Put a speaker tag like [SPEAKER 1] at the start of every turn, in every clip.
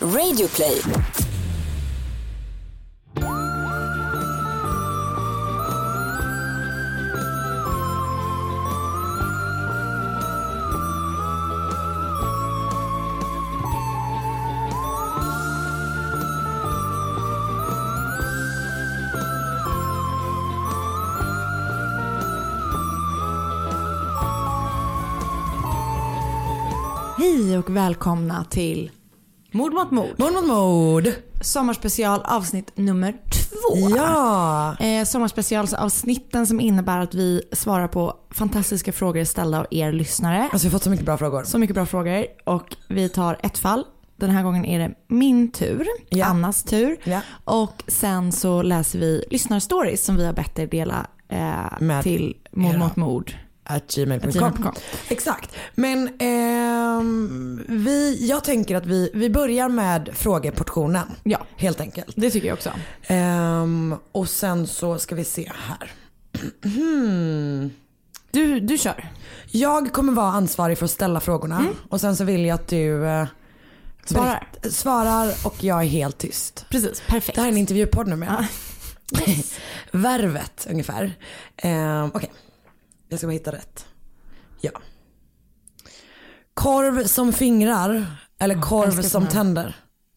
[SPEAKER 1] Radioplay.
[SPEAKER 2] Hej och välkomna till Mord mot mord.
[SPEAKER 3] Mord mot mord.
[SPEAKER 2] Sommarspecial avsnitt nummer 2.
[SPEAKER 3] Ja.
[SPEAKER 2] Sommarspecialsavsnitten som innebär att vi svarar på fantastiska frågor ställda av er lyssnare.
[SPEAKER 3] Alltså vi har fått så mycket bra frågor.
[SPEAKER 2] Så mycket bra frågor och vi tar ett fall. Den här gången är det min tur, Annas tur.
[SPEAKER 3] Ja.
[SPEAKER 2] Och sen så läser vi lyssnarstories som vi har bett er dela till mord mot mord.
[SPEAKER 3] @gmail.com. Exakt. Men jag tänker att vi börjar med frågeportionen.
[SPEAKER 2] Ja,
[SPEAKER 3] helt enkelt.
[SPEAKER 2] det tycker jag också.
[SPEAKER 3] Och sen så ska vi se här.
[SPEAKER 2] Du kör.
[SPEAKER 3] Jag kommer vara ansvarig för att ställa frågorna. Och sen så vill jag att du svarar och jag är helt tyst.
[SPEAKER 2] Precis, perfekt.
[SPEAKER 3] Det här är en intervjupodd numera. Yes. Värvet ungefär. Okej. Jag ska bara hitta rätt. Ja. Korv som fingrar eller korv som tänder?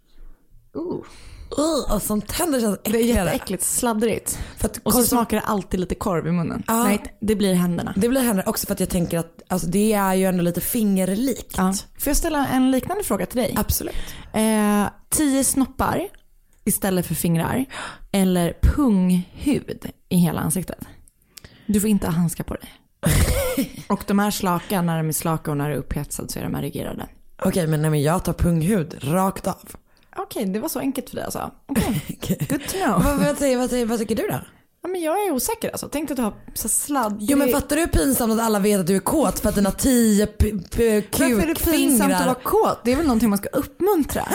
[SPEAKER 3] Som tänder känns äckligare.
[SPEAKER 2] Det är jätteäckligt, sladdrigt. Och så smakar det alltid lite korv i munnen. Nej, det blir händerna.
[SPEAKER 3] Det blir händerna också för att jag tänker att alltså, det är ju ändå lite fingerlikt.
[SPEAKER 2] Ja. Får jag ställa en liknande fråga till dig?
[SPEAKER 3] Absolut.
[SPEAKER 2] 10 snoppar istället för fingrar eller punghud i hela ansiktet? Du får inte ha handskar på dig. Och de är slaka, när de är slaka och när det är upphetsad så är de erigerade.
[SPEAKER 3] Okej, men jag tar punghud rakt av.
[SPEAKER 2] Okej, det var så enkelt för dig alltså. Okay. Good to know.
[SPEAKER 3] Vad tycker du då?
[SPEAKER 2] Ja, men jag är osäker alltså. Tänk att du har så sladd.
[SPEAKER 3] Jo, men fattar du hur pinsamt att alla vet att du är kåt för att dina 10 kukfingrar.
[SPEAKER 2] Varför är det pinsamt att vara kåt? Det är väl någonting man ska uppmuntra.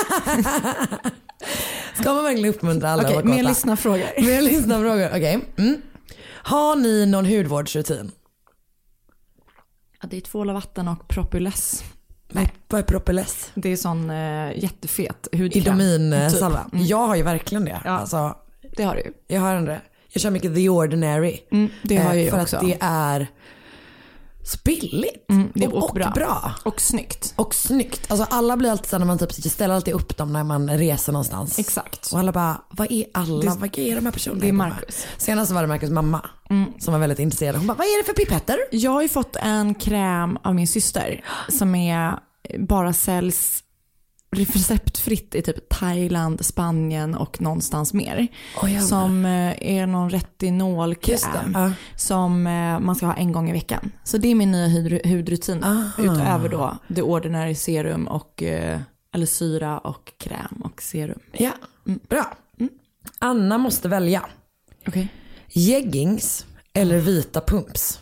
[SPEAKER 3] Ska man verkligen uppmuntra alla att vara kåta?
[SPEAKER 2] Mer lyssnarfrågor.
[SPEAKER 3] Okej. Har ni någon hudvårdsrutin?
[SPEAKER 2] Ja, det är tvål av vatten och propolis.
[SPEAKER 3] Nej. Vad är propolis?
[SPEAKER 2] Det är sån jättefet hudkräm.
[SPEAKER 3] Idomin-salva. Jag har ju verkligen det.
[SPEAKER 2] Ja,
[SPEAKER 3] alltså,
[SPEAKER 2] det har du.
[SPEAKER 3] Jag har det. Jag kör mycket The Ordinary.
[SPEAKER 2] Det har jag
[SPEAKER 3] för
[SPEAKER 2] också.
[SPEAKER 3] För att det är så billigt.
[SPEAKER 2] Det är
[SPEAKER 3] och bra.
[SPEAKER 2] Och snyggt.
[SPEAKER 3] Alltså alla blir alltid så när man typ ställer alltid upp dem när man reser någonstans.
[SPEAKER 2] Exakt.
[SPEAKER 3] Och alla bara, vad är de här personerna?
[SPEAKER 2] Det är Marcus.
[SPEAKER 3] Senast var det Marcus mamma som var väldigt intresserad. Hon bara, vad är det för pipetter?
[SPEAKER 2] Jag har ju fått en kräm av min syster som är bara säljs receptfritt i typ Thailand, Spanien och någonstans mer. Som är någon retinolkräm som man ska ha en gång i veckan. Så det är min nya hudrutin. Utöver då The Ordinary serum och eller syra och kräm och serum.
[SPEAKER 3] Ja, bra. Anna måste välja.
[SPEAKER 2] Okay.
[SPEAKER 3] Jeggings eller vita pumps.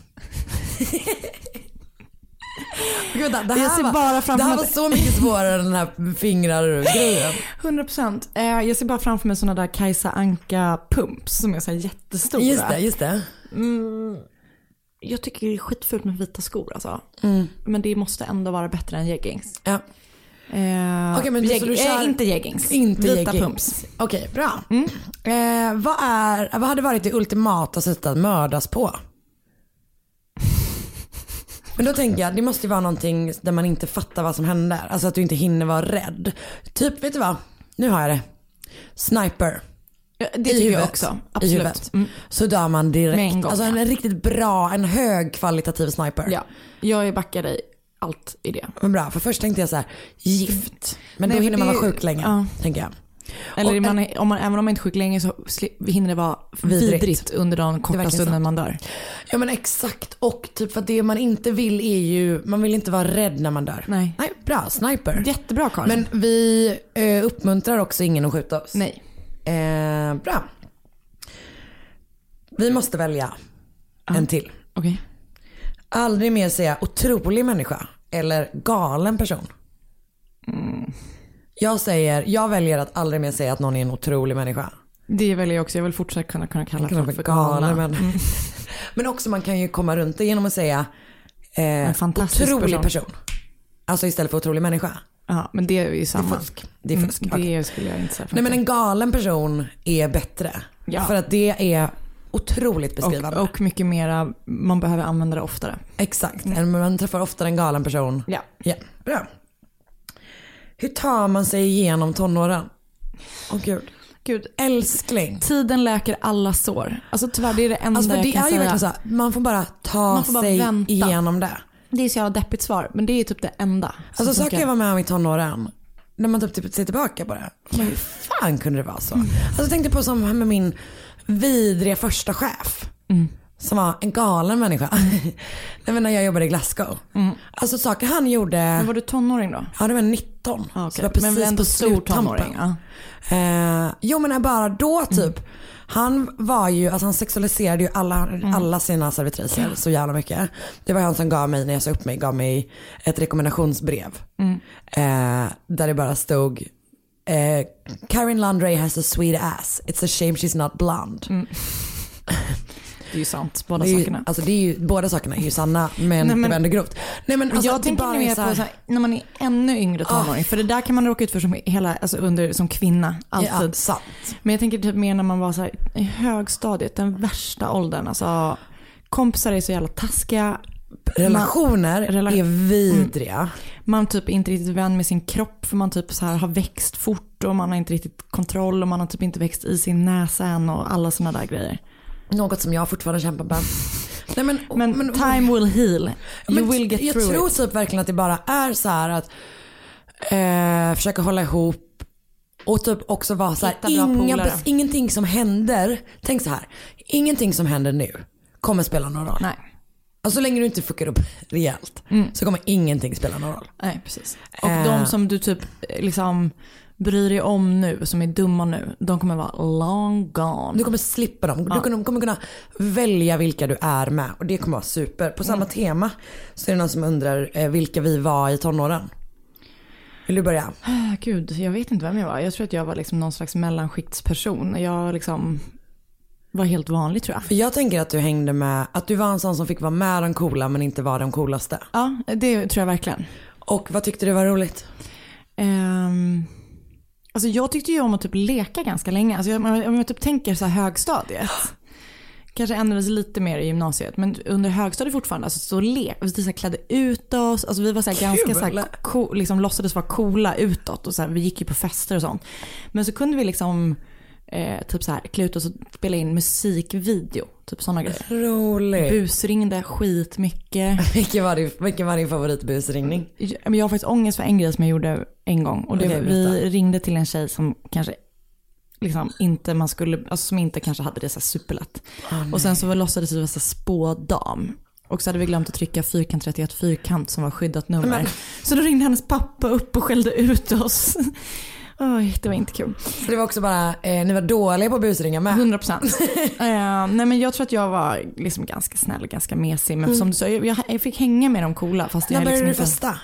[SPEAKER 3] Gud, det här var så mycket svårare än den här fingrar-grejen.
[SPEAKER 2] 100%. Jag ser bara framför mig såna där Kajsa Anka pumps som är så här jättestora.
[SPEAKER 3] Just det.
[SPEAKER 2] Jag tycker det är skitfult med vita skor alltså. Men det måste ändå vara bättre än jeggings.
[SPEAKER 3] Ja. Okej, men så du kör
[SPEAKER 2] inte jeggings.
[SPEAKER 3] Inte
[SPEAKER 2] vita
[SPEAKER 3] jeggings.
[SPEAKER 2] pumps.
[SPEAKER 3] Okej, bra. Vad hade varit det ultimata sättet att mördas på? Men då tänker jag, det måste ju vara någonting där man inte fattar vad som händer. Alltså att du inte hinner vara rädd. Typ, vet du vad? Nu har jag det. Sniper.
[SPEAKER 2] Ja, det tycker jag också. Absolut.
[SPEAKER 3] I huvudet. Så dör man direkt.
[SPEAKER 2] En gång,
[SPEAKER 3] alltså en riktigt bra, en högkvalitativ sniper.
[SPEAKER 2] Ja, jag backar dig allt i det.
[SPEAKER 3] Men bra, för först tänkte jag så här, gift. Men då hinner man vara sjuk länge, tänker jag.
[SPEAKER 2] Eller även om man inte är sjuk länge så hinner det vara vidrigt under de korta stunden man dör.
[SPEAKER 3] Ja, men exakt. Och typ för att det man inte vill är ju, man vill inte vara rädd när man dör.
[SPEAKER 2] Nej,
[SPEAKER 3] bra, sniper.
[SPEAKER 2] Jättebra, Karin.
[SPEAKER 3] Men vi uppmuntrar också ingen att skjuta oss.
[SPEAKER 2] Nej.
[SPEAKER 3] Bra. Vi måste välja en till.
[SPEAKER 2] Okej.
[SPEAKER 3] Aldrig mer säga otrolig människa eller galen person. Jag väljer att aldrig mer säga att någon är en otrolig människa.
[SPEAKER 2] Det väljer jag också. Jag vill fortsätta kunna kalla folk för galna.
[SPEAKER 3] Men också man kan ju komma runt det genom att säga
[SPEAKER 2] en fantastisk
[SPEAKER 3] otrolig person. Alltså istället för otrolig människa.
[SPEAKER 2] Ja, men det är ju samma.
[SPEAKER 3] Det är fusk.
[SPEAKER 2] Det skulle jag inte säga.
[SPEAKER 3] Nej, men en galen person är bättre. Ja. För att det är otroligt beskrivande.
[SPEAKER 2] Och mycket mera, man behöver använda det oftare.
[SPEAKER 3] Exakt, man träffar oftare en galen person.
[SPEAKER 2] Ja.
[SPEAKER 3] Bra. Hur tar man sig igenom tonåren? Gud, älskling.
[SPEAKER 2] Tiden läker alla sår. Alltså tyvärr, det är det enda jag kan säga.
[SPEAKER 3] Verkligen så, man får bara ta sig igenom det.
[SPEAKER 2] Det är så jävla deppigt svar, men det är typ det enda.
[SPEAKER 3] Alltså saker jag var med om i tonåren, när man typ ser tillbaka på det. Men hur fan kunde det vara så? Alltså jag tänkte på som med min vidriga första chef. Som var en galen människa. När jag jobbade i Glasgow. Alltså saker han gjorde.
[SPEAKER 2] Men var du tonåring då?
[SPEAKER 3] Ja, det var 19.
[SPEAKER 2] Okay.
[SPEAKER 3] Så det var precis
[SPEAKER 2] men ändå
[SPEAKER 3] på
[SPEAKER 2] sluttampen.
[SPEAKER 3] Jo, men bara då typ. Han var ju, alltså han sexualiserade ju alla sina servitriser så jävla mycket. Det var han som gav mig, när jag sa upp mig, gav mig ett rekommendationsbrev. Där det bara stod Karin Landray has a sweet ass. It's a shame she's not blonde.
[SPEAKER 2] Det är ju sant, båda sakerna.
[SPEAKER 3] Alltså det är ju, båda sakerna är ju sanna, men det var ändå grovt. Nej, men alltså,
[SPEAKER 2] jag tänker mer på så här, när man är ännu yngre tonåring. För det där kan man råka ut för som kvinna. Alltid.
[SPEAKER 3] Ja, sant.
[SPEAKER 2] Men jag tänker typ mer när man var så här, i högstadiet, den värsta åldern. Alltså, kompisar är så jävla taskiga.
[SPEAKER 3] Relationer är vidriga.
[SPEAKER 2] Man typ inte riktigt vän med sin kropp, för man typ så här har växt fort och man har inte riktigt kontroll och man har typ inte växt i sin näsa än och alla såna där grejer.
[SPEAKER 3] Något som jag fortfarande kämpar med. Nej,
[SPEAKER 2] men time will heal. You will get through it.
[SPEAKER 3] Jag tror typ verkligen att det bara är så här att försöka hålla ihop och typ också vara så här, ingenting som händer. Tänk så här, ingenting som händer nu kommer spela någon roll.
[SPEAKER 2] Nej.
[SPEAKER 3] Alltså så länge du inte fuckar upp rejält så kommer ingenting spela någon roll.
[SPEAKER 2] Nej, precis. Och de som du typ liksom bryr dig om nu, som är dumma nu, de kommer vara long gone.
[SPEAKER 3] Du kommer slippa dem. Du kommer kunna välja vilka du är med. Och det kommer vara super. På samma tema så är det någon som undrar vilka vi var i tonåren. Vill du börja?
[SPEAKER 2] Gud, jag vet inte vem jag var. Jag tror att jag var liksom någon slags mellanskiktsperson. Jag liksom var helt vanlig, tror jag.
[SPEAKER 3] För jag tänker att du hängde med, att du var en sån som fick vara med de coola men inte var de coolaste.
[SPEAKER 2] Ja, det tror jag verkligen.
[SPEAKER 3] Och vad tyckte du var roligt?
[SPEAKER 2] Alltså jag tyckte ju om att typ leka ganska länge. Alltså om jag typ tänker så här högstadiet. Kanske ändrades lite mer i gymnasiet. Men under högstadiet fortfarande, alltså så vi så klädde ut oss. Alltså vi var så här ganska så här liksom låtsades vara coola utåt. Och så här, vi gick ju på fester och sånt. Men så kunde vi liksom typ så här klä ut oss och spela in musikvideo. Typ sådana grejer.
[SPEAKER 3] Roligt.
[SPEAKER 2] Busringde skitmycket.
[SPEAKER 3] Vilken var din favoritbusringning?
[SPEAKER 2] Jag har faktiskt ångest för en grej som jag gjorde en gång. Och vi ringde till en tjej som kanske liksom inte man skulle, alltså som inte kanske hade det så superlätt. Och sen så låtsades det vara så spådam. Och så hade vi glömt att trycka fyrkant 31 fyrkant som var skyddat nummer. Så då ringde hennes pappa upp och skällde ut oss. Oj, det var inte kul.
[SPEAKER 3] Så det var också bara, ni var dåliga på busringar med?
[SPEAKER 2] 100%. Nej, men jag tror att jag var liksom ganska snäll och ganska mesig. Men som du sa, jag fick hänga med de coola. Fast
[SPEAKER 3] när började
[SPEAKER 2] liksom
[SPEAKER 3] du festa?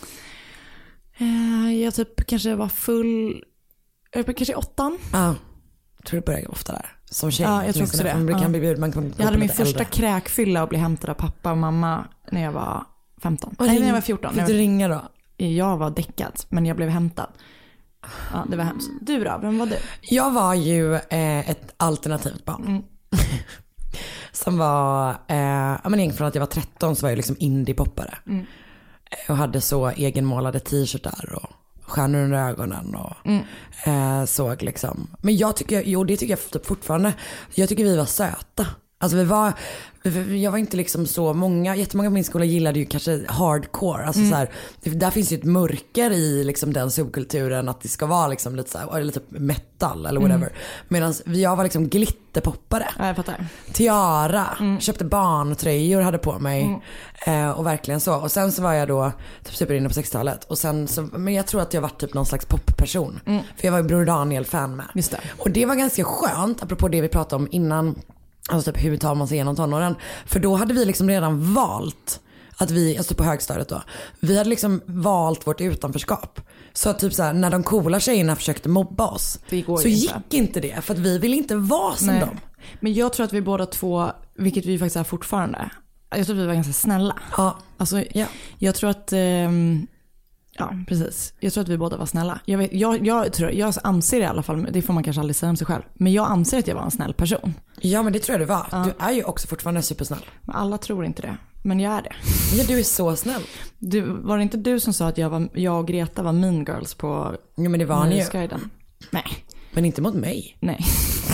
[SPEAKER 2] Jag typ kanske var full, kanske 8.
[SPEAKER 3] Ja, jag tror du började ofta där. Som tjej.
[SPEAKER 2] Ja, jag tror också det. Jag hade min första kräkfylla och blev hämtad av pappa och mamma när jag var 15. Nej, när jag var 14.
[SPEAKER 3] Fick du ringa då?
[SPEAKER 2] Jag var däckad, men jag blev hämtad. Ja, det var hemskt. Du då, vem var du?
[SPEAKER 3] Jag var ju ett alternativt barn. Som var, men egentligen från att jag var 13 så var jag liksom indie-poppare. Och hade så egenmålade t-shirtar och stjärnor under ögonen och såg liksom. Men det tycker jag fortfarande. Jag tycker vi var söta. Alltså jag var inte liksom så jättemånga på min skola gillade ju kanske hardcore. Alltså så här, där finns ju ett mörker i liksom den subkulturen att det ska vara liksom lite så här, eller typ metal eller whatever. Medan jag var liksom glitterpoppare.
[SPEAKER 2] Ja, jag fattar.
[SPEAKER 3] Tiara, köpte barntröjor, hade på mig och verkligen så. Och sen så var jag då typ superinne på 60-talet och sen så, men jag tror att jag var typ någon slags popperson. För jag var ju Bror Daniel-fan med.
[SPEAKER 2] Just det.
[SPEAKER 3] Och det var ganska skönt, apropå det vi pratade om innan. Alltså typ hur tar man sig igenom tonåren. För då hade vi liksom redan valt att vi, alltså på högstadiet då, vi hade liksom valt vårt utanförskap. Så typ så här, när de coola tjejerna försökte mobba oss så gick inte det. För att vi ville inte vara som dem.
[SPEAKER 2] Men jag tror att vi båda två, vilket vi faktiskt är fortfarande, jag tror att vi var ganska snälla.
[SPEAKER 3] Ja.
[SPEAKER 2] Alltså, jag tror att Ja, precis. Jag tror att vi båda var snälla. Jag anser i alla fall, det får man kanske aldrig säga om sig själv, men jag anser att jag var en snäll person.
[SPEAKER 3] Ja, men det tror jag du var. Ja. Du är ju också fortfarande supersnäll.
[SPEAKER 2] Men alla tror inte det. Men jag är det.
[SPEAKER 3] Ja, du är så snäll.
[SPEAKER 2] Var det inte du som sa att jag och Greta var mean girls på...
[SPEAKER 3] Ja, men det var ni ju.
[SPEAKER 2] Nej.
[SPEAKER 3] Men inte mot mig.
[SPEAKER 2] Nej.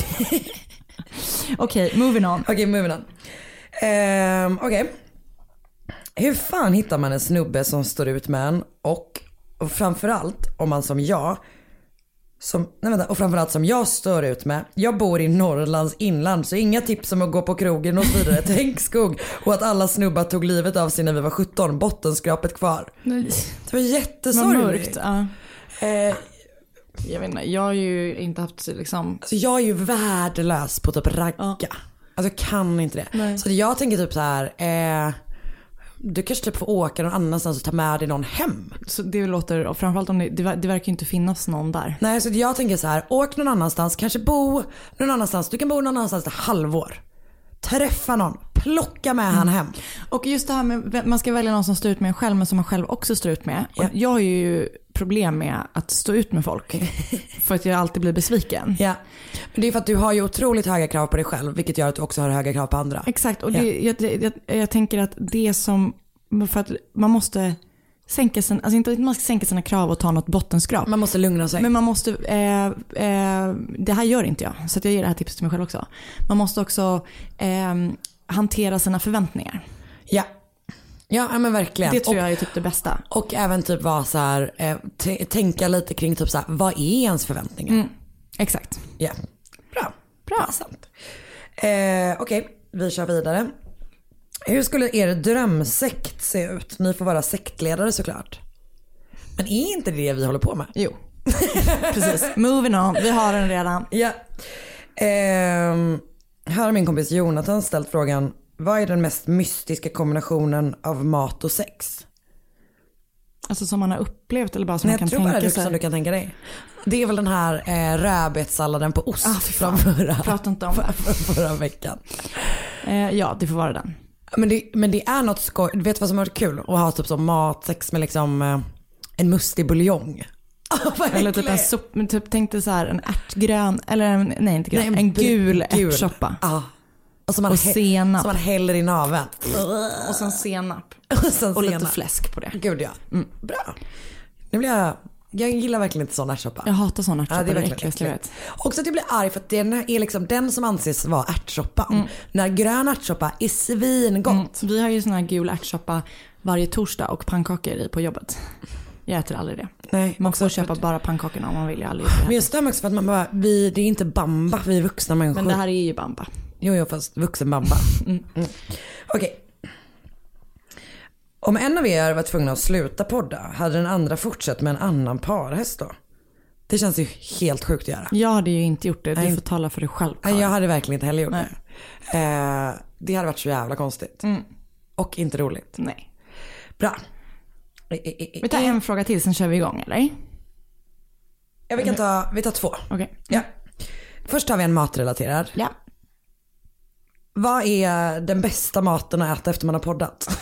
[SPEAKER 2] Okej, moving on.
[SPEAKER 3] Okej. Hur fan hittar man en snubbe som står ut med en och framförallt om man som jag och framförallt som jag står ut med. Jag bor i Norrlands inland, så inga tips om att gå på krogen och så vidare. Tänk skog och att alla snubbar tog livet av sig när vi var 17. Bottenskrapet kvar.
[SPEAKER 2] Nej.
[SPEAKER 3] Det var jättesorgligt.
[SPEAKER 2] Ja. Jag vet inte, jag har ju inte haft liksom...
[SPEAKER 3] Alltså jag är ju värdelös på typ ragga. Alltså jag kan inte det.
[SPEAKER 2] Nej.
[SPEAKER 3] Så jag tänker typ så här... Du kanske typ får åka någon annanstans och ta med dig någon hem.
[SPEAKER 2] Så det låter, och framförallt om det verkar ju inte finnas någon där.
[SPEAKER 3] Nej, så jag tänker så här, åk någon annanstans, kanske bo någon annanstans. Du kan bo någon annanstans ett halvår. Träffa någon, plocka med han hem.
[SPEAKER 2] Och just det här med, man ska välja någon som står ut med en själv men som man själv också står ut med.
[SPEAKER 3] Ja.
[SPEAKER 2] Jag har ju problem med att stå ut med folk för att jag alltid blir besviken.
[SPEAKER 3] Ja, men det är för att du har ju otroligt höga krav på dig själv, vilket gör att du också har höga krav på andra.
[SPEAKER 2] Exakt, och jag tänker att det som, för att man måste sänka sin, alltså inte att man ska sänka sina krav och ta något bottenskrap.
[SPEAKER 3] Man måste lugna sig.
[SPEAKER 2] Men man måste, det här gör inte jag, så att jag ger det här tipset till mig själv också. Man måste också hantera sina förväntningar.
[SPEAKER 3] Ja, men verkligen.
[SPEAKER 2] Det tror jag är typ det bästa.
[SPEAKER 3] Och även typ vara så här, tänka lite kring typ så här, vad är ens förväntningar?
[SPEAKER 2] Exakt.
[SPEAKER 3] Ja, bra. Sant. Okej, vi kör vidare. Hur skulle er drömsekt se ut? Ni får vara sektledare såklart. Men är inte det vi håller på med?
[SPEAKER 2] Jo, precis. Moving on, vi har den redan.
[SPEAKER 3] Ja. Här har min kompis Jonathan ställt frågan: vad är den mest mystiska kombinationen av mat och sex?
[SPEAKER 2] Alltså som man har upplevt eller bara som man kan tänka sig?
[SPEAKER 3] Jag tror bara som du kan tänka dig. Det är väl den här rödbetssalladen på ost från förra veckan.
[SPEAKER 2] Ja, det får vara den.
[SPEAKER 3] Men det är något skoj. Du vet vad som har varit kul? Att ha typ som matsex med liksom en mustig buljong.
[SPEAKER 2] Eller typ en sopp, men typ tänkte så här en ärtgrön, eller en gul ärtsoppa.
[SPEAKER 3] Och senap. Som man häller i naveln.
[SPEAKER 2] Och sen senap.
[SPEAKER 3] Och
[SPEAKER 2] lite fläsk på det.
[SPEAKER 3] Gud ja. Bra. Nu blir jag gillar verkligen inte sån ärtsoppa.
[SPEAKER 2] Jag hatar sån ärtsoppa.
[SPEAKER 3] Det är verkligen äckligt. Också att jag blir arg för att den är liksom den som anses vara ärtsoppan. När grön ärtsoppa är svingott.
[SPEAKER 2] Vi har ju sån här gul ärtsoppa varje torsdag och pannkakor på jobbet. Jag äter aldrig det.
[SPEAKER 3] Nej,
[SPEAKER 2] man får köpa bara pannkakorna om man vill.
[SPEAKER 3] Men jag stämmer också för att man bara, det är inte bamba, vi är vuxna människor.
[SPEAKER 2] Men det här är ju bamba.
[SPEAKER 3] Jo, fast vuxen bamba. Okej. Om en av er var tvungna att sluta podda, hade den andra fortsatt med en annan parhäst då? Det känns ju helt sjukt att göra.
[SPEAKER 2] Jag hade ju inte gjort det. Du får tala för dig själv.
[SPEAKER 3] Nej, jag hade verkligen inte heller gjort det. Det hade varit så jävla konstigt. Och inte roligt.
[SPEAKER 2] Nej.
[SPEAKER 3] Bra.
[SPEAKER 2] Vi tar en fråga till, sen kör vi igång, eller?
[SPEAKER 3] Ja, vi tar två.
[SPEAKER 2] Okay.
[SPEAKER 3] Ja. Först har vi en matrelaterad.
[SPEAKER 2] Ja.
[SPEAKER 3] Vad är den bästa maten att äta efter man har poddat?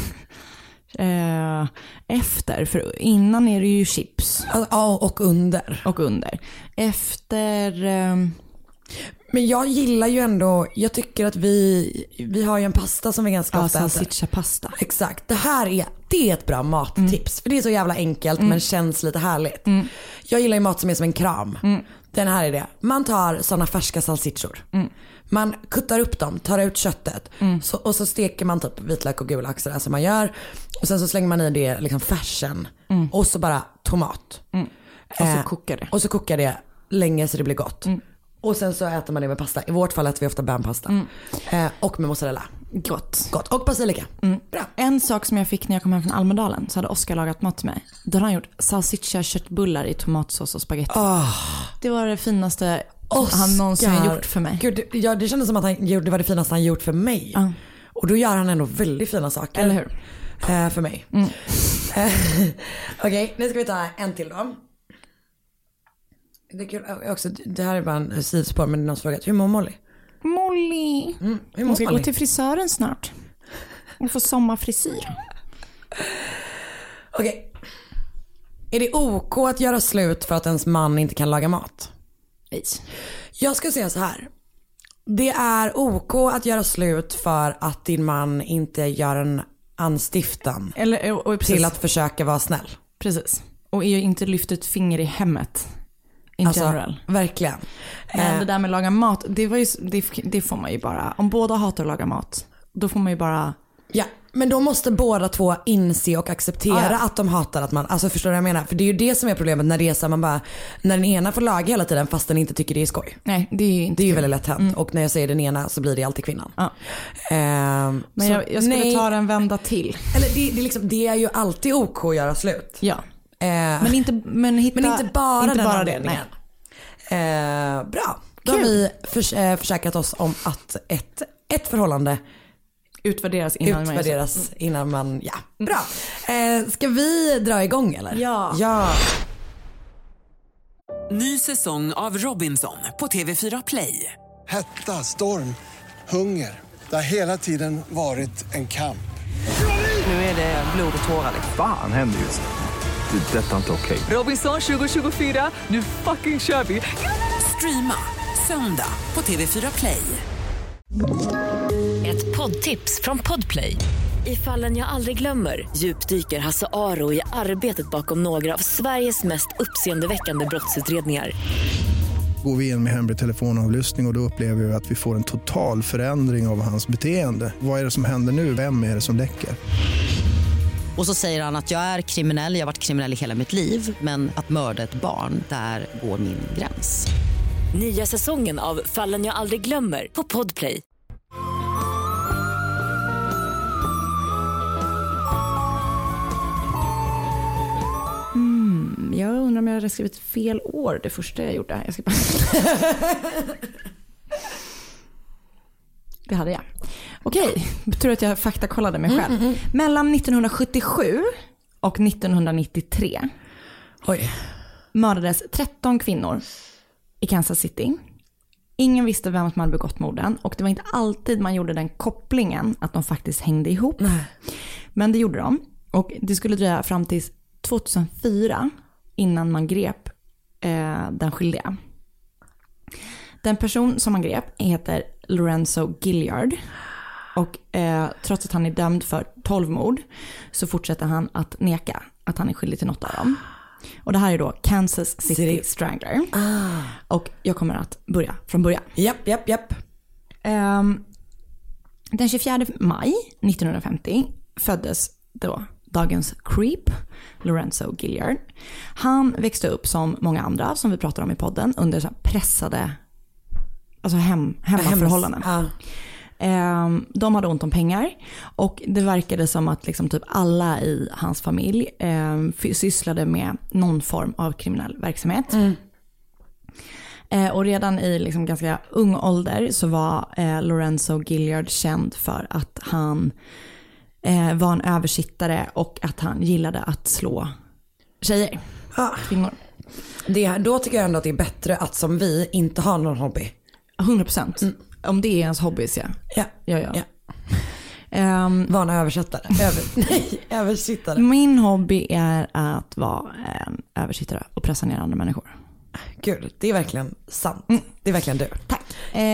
[SPEAKER 2] Efter, för innan är det ju chips.
[SPEAKER 3] Ja, och under.
[SPEAKER 2] Efter...
[SPEAKER 3] Men jag gillar ju ändå, jag tycker att vi har ju en pasta som vi ganska ofta äter.
[SPEAKER 2] Salsiccia-pasta.
[SPEAKER 3] Exakt, det är ett bra mattips. För det är så jävla enkelt men känns lite härligt. Jag gillar ju mat som är som en kram. Den här är det. Man tar såna färska salsichor. Man kuttar upp dem, tar ut köttet och så steker man typ vitlök och gulax sådär som man gör. Och sen så slänger man i det liksom färsen och så bara tomat.
[SPEAKER 2] Och så kokar det.
[SPEAKER 3] Och så kokar det länge så det blir gott. Och sen så äter man det med pasta. I vårt fall äter vi ofta bönpasta. Och med mozzarella.
[SPEAKER 2] Gott.
[SPEAKER 3] Och basilika. Bra.
[SPEAKER 2] En sak som jag fick när jag kom hem från Almedalen, så hade Oskar lagat mat till mig. Då hade han gjort salsiccia köttbullar i tomatsås och spaghetti. Det var det finaste han någonsin har gjort för mig.
[SPEAKER 3] Gud, det kändes som att det var det finaste han gjort för mig. Och då gör han ändå väldigt fina saker.
[SPEAKER 2] Eller hur?
[SPEAKER 3] För mig. Okej, nu ska vi ta en till då. Det är kul också, det här är bara en sidospår, men det är någon som frågat: hur mår Molly?
[SPEAKER 2] Molly. Hon ska gå till frisören snart. Hon får sommarfrisyr.
[SPEAKER 3] Okej. Är det OK att göra slut för att ens man inte kan laga mat?
[SPEAKER 2] Nej.
[SPEAKER 3] Jag skulle säga så här. Det är OK att göra slut för att din man inte gör en anstiftan till att försöka vara snäll.
[SPEAKER 2] Precis. Och är ju inte lyft ett finger i hemmet. In general.
[SPEAKER 3] Verkligen.
[SPEAKER 2] Men det där med att laga mat, det får man ju bara. Om båda hatar att laga mat, då får man ju bara...
[SPEAKER 3] Ja, men då måste båda två inse och acceptera att de hatar att man, alltså förstår du vad jag menar? För det är ju det som är problemet när det är så man bara, när den ena får laga hela tiden fast den inte tycker det är skoj.
[SPEAKER 2] Nej, det är ju inte.
[SPEAKER 3] Det är ju väldigt lätt hänt. Och när jag säger den ena så blir det alltid kvinnan.
[SPEAKER 2] Ja. Men jag skulle ta en vända till.
[SPEAKER 3] Eller det är ju alltid OK att göra slut.
[SPEAKER 2] Ja. Men inte
[SPEAKER 3] bara
[SPEAKER 2] inte
[SPEAKER 3] den
[SPEAKER 2] bara
[SPEAKER 3] anledningen. Bra. Då har vi försäkrat oss om att ett förhållande
[SPEAKER 2] utvärderas
[SPEAKER 3] innan man ja. Bra. Ska vi dra igång eller?
[SPEAKER 2] Ja.
[SPEAKER 1] Ny säsong av Robinson på TV4 Play.
[SPEAKER 4] Hetta, storm, hunger. Det har hela tiden varit en kamp.
[SPEAKER 1] Nu är det blod och tårar.
[SPEAKER 5] Fan händer just det. Detta är inte okej.
[SPEAKER 1] Robinson 2024, nu fucking kör vi. Streama söndag på TV4 Play.
[SPEAKER 6] Ett poddtips från Podplay. I Fallen jag aldrig glömmer djupdyker Hasse Aro i arbetet bakom några av Sveriges mest uppseendeväckande brottsutredningar.
[SPEAKER 7] Går vi in med hemlig telefonavlyssning och då upplever vi att vi får en total förändring av hans beteende. Vad är det som händer nu? Vem är det som läcker?
[SPEAKER 8] Och så säger han att jag är kriminell, jag har varit kriminell i hela mitt liv. Men att mörda ett barn, där går min gräns.
[SPEAKER 6] Nya säsongen av Fallen jag aldrig glömmer på Podplay.
[SPEAKER 2] Jag undrar om jag hade skrivit fel år det första jag gjorde. Jag ska bara... Det hade jag. Okej, tur att jag faktakollade mig själv. Mellan 1977 och 1993 mördades 13 kvinnor i Kansas City. Ingen visste vem som hade begått morden och det var inte alltid man gjorde den kopplingen att de faktiskt hängde ihop. Nej. Men det gjorde de och det skulle dröja fram till 2004 innan man grep den skyldiga. Den person som man grep heter Lorenzo Gilliard och trots att han är dömd för 12 mord så fortsätter han att neka att han är skyldig till något av dem. Och det här är då Kansas City Strangler. Och jag kommer att börja från början.
[SPEAKER 3] Japp.
[SPEAKER 2] Den 24 maj 1950 föddes då dagens creep, Lorenzo Gilliard. Han växte upp som många andra som vi pratar om i podden under så här pressade alltså hemmaförhållanden. De hade ont om pengar och det verkade som att liksom typ alla i hans familj sysslade med någon form av kriminell verksamhet. Och redan i liksom ganska ung ålder så var Lorenzo Gilliard känd för att han var en översittare och att han gillade att slå tjejer, kvinnor.
[SPEAKER 3] Då tycker jag ändå att det är bättre att som vi inte har någon hobby.
[SPEAKER 2] 100%. Om det är ens hobby så ja.
[SPEAKER 3] Var en översättare. Översittare.
[SPEAKER 2] Min hobby är att vara en översittare och pressa ner andra människor.
[SPEAKER 3] Gud, det är verkligen sant. Det är verkligen du.
[SPEAKER 2] Tack.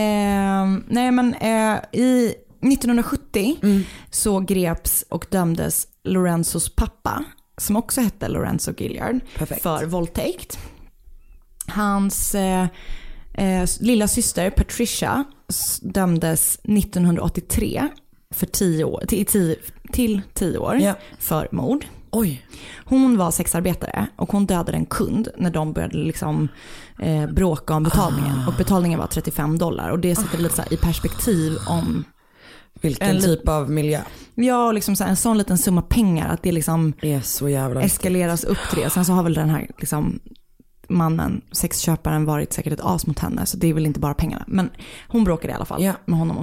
[SPEAKER 2] I 1970 så greps och dömdes Lorenzos pappa, som också hette Lorenzo Gilliard, för våldtäkt. Hans lilla syster Patricia dömdes 1983 för 10 år, till 10 år för mord.
[SPEAKER 3] Oj.
[SPEAKER 2] Hon var sexarbetare och hon dödade en kund när de började liksom bråka om betalningen. Och betalningen var $35 och det sätter lite så här i perspektiv om
[SPEAKER 3] vilken typ av miljö.
[SPEAKER 2] Ja, och liksom så här, en sån liten summa pengar att det liksom
[SPEAKER 3] är så jävla
[SPEAKER 2] eskaleras upp till det. Sen så har väl den här liksom mannen, sexköparen, varit säkert ett as mot henne, så det är väl inte bara pengarna. Men hon bråkade i alla fall med honom om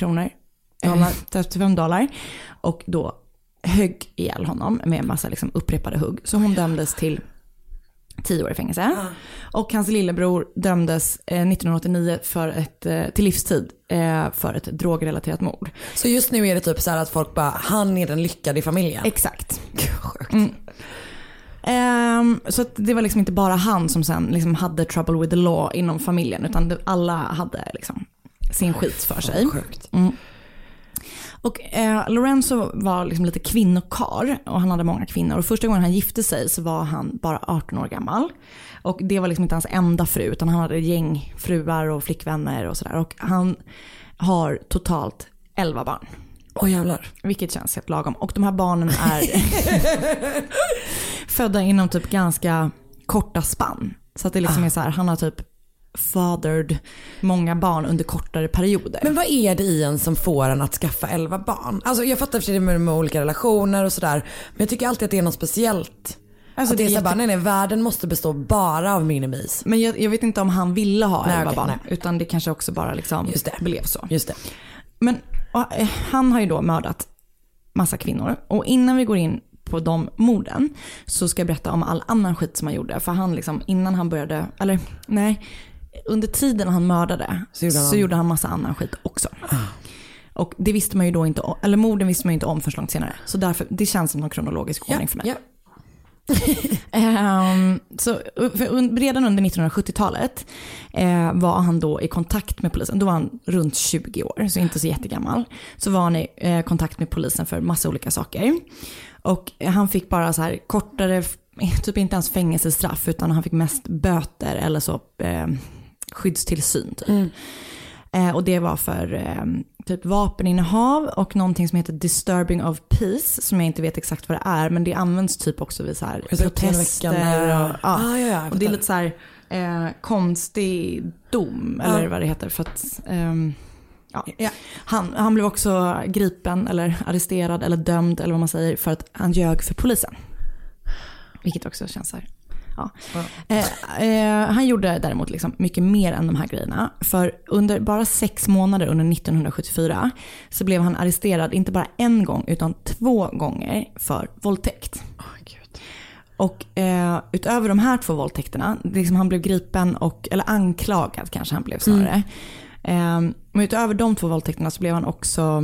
[SPEAKER 2] $35 och då högg ihjäl honom med en massa liksom upprepade hugg. Så hon dömdes till 10 år i fängelse. Och hans lillebror dömdes 1989 till livstid för ett drogrelaterat mord.
[SPEAKER 3] Så just nu är det typ så här att folk bara, han är den lyckade i familjen.
[SPEAKER 2] Exakt.
[SPEAKER 3] Sjukt.
[SPEAKER 2] Så att det var liksom inte bara han som sen liksom hade trouble with the law inom familjen, utan alla hade liksom sin skit för sig. Och Lorenzo var liksom lite kvinnokar och han hade många kvinnor. Och första gången han gifte sig så var han bara 18 år gammal. Och det var liksom inte hans enda fru, utan han hade gäng fruar och flickvänner och sådär. Och han har totalt 11 barn.
[SPEAKER 3] Åh jävlar.
[SPEAKER 2] Vilket känns helt lagom. Och de här barnen är födda inom typ ganska korta spann. Så att det liksom är så här, han har typ fathered många barn under kortare perioder.
[SPEAKER 3] Men vad är det i en som får en att skaffa 11 barn? Alltså jag fattar för det med olika relationer och sådär. Men jag tycker alltid att det är något speciellt. Alltså att det är så bara, nej, världen måste bestå bara av minimis.
[SPEAKER 2] Men jag vet inte om han ville ha 11 barn. Utan det kanske också bara liksom blev så.
[SPEAKER 3] Just det.
[SPEAKER 2] Men han har ju då mördat massa kvinnor. Och innan vi går in på de morden så ska jag berätta om all annan skit som han gjorde. För han liksom, innan han började, eller nej, under tiden han mördade så gjorde han massa annan skit också. Och det visste man ju då inte om, eller morden visste man ju inte om först långt senare. Så därför, det känns som någon kronologisk ordning för mig. Så redan under 1970-talet var han då i kontakt med polisen. Då var han runt 20 år, så inte så jättegammal. Så var han i kontakt med polisen för massa olika saker. Och han fick bara så här kortare, typ inte ens fängelsestraff, utan han fick mest böter eller så skyddstillsyn typ. Och det var för typ vapeninnehav och någonting som heter disturbing of peace, som jag inte vet exakt vad det är, men det används typ också vid så här protester och det är lite så här konstig dom eller vad det heter, för att han blev också gripen eller arresterad eller dömd eller vad man säger för att han ljög för polisen, vilket också känns så här. Han gjorde däremot liksom mycket mer än de här grejerna. För under bara 6 månader under 1974 så blev han arresterad inte bara en gång utan 2 gånger för våldtäkt. Och utöver de här 2 våldtäkterna, liksom han blev gripen eller anklagad kanske han blev snarare. Men utöver de 2 våldtäkterna så blev han också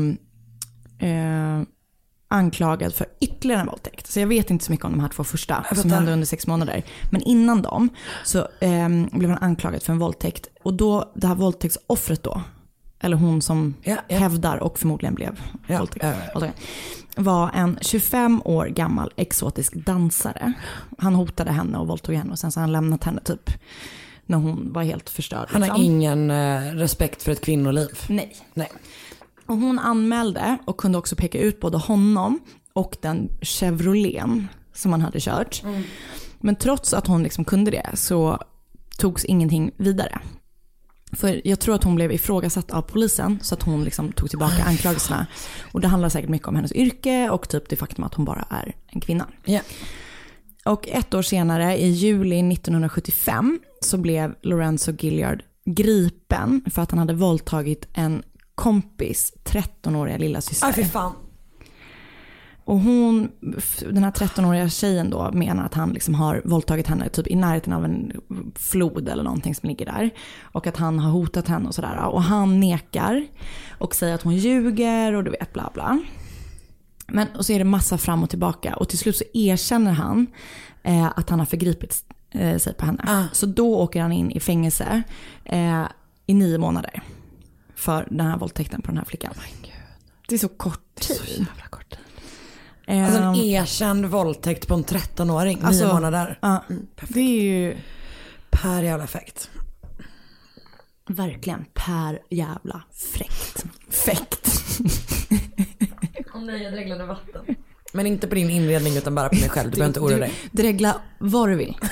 [SPEAKER 2] anklagad för ytterligare en våldtäkt. Så jag vet inte så mycket om de här 2 första som hände under 6 månader. Men innan dem så blev han anklagad för en våldtäkt. Och då, det här våldtäktsoffret då, eller hon som hävdar och förmodligen blev våldtäkt, var en 25 år gammal exotisk dansare. Han hotade henne och våldtog henne och sen så han lämnat henne typ när hon var helt förstörd.
[SPEAKER 3] Han har ingen respekt för ett kvinnoliv.
[SPEAKER 2] Nej. Och hon anmälde och kunde också peka ut både honom och den Chevroleten som han hade kört. Men trots att hon liksom kunde det så togs ingenting vidare. För jag tror att hon blev ifrågasatt av polisen så att hon liksom tog tillbaka anklagelserna. Och det handlar säkert mycket om hennes yrke och typ det faktum att hon bara är en kvinna. Och 1 år senare, i juli 1975, så blev Lorenzo Gilyard gripen för att han hade våldtagit en kompis 13-åriga lilla syster.
[SPEAKER 3] Fy fan.
[SPEAKER 2] Och hon, den här 13-åriga tjejen då, menar att han liksom har våldtagit henne typ i närheten av en flod eller någonting som ligger där. Och att han har hotat henne och sådär. Och han nekar och säger att hon ljuger och du vet bla bla. Men och så är det massa fram och tillbaka. Och till slut så erkänner han att han har förgripit sig på henne. Så då åker han in i fängelse i 9 månader. För den här våldtäkten på den här flickan. Det är så kort tid. Det är så jävla kort tid.
[SPEAKER 3] Alltså en erkänd våldtäkt på en 13-åring. 9 månader.
[SPEAKER 2] Det är ju
[SPEAKER 3] per jävla effekt.
[SPEAKER 2] Verkligen per jävla fräckt.
[SPEAKER 3] Om nej, jag dreglade vatten. Men inte på din inredning utan bara på mig själv. Du behöver inte oroa dig.
[SPEAKER 2] Dregla vad du vill.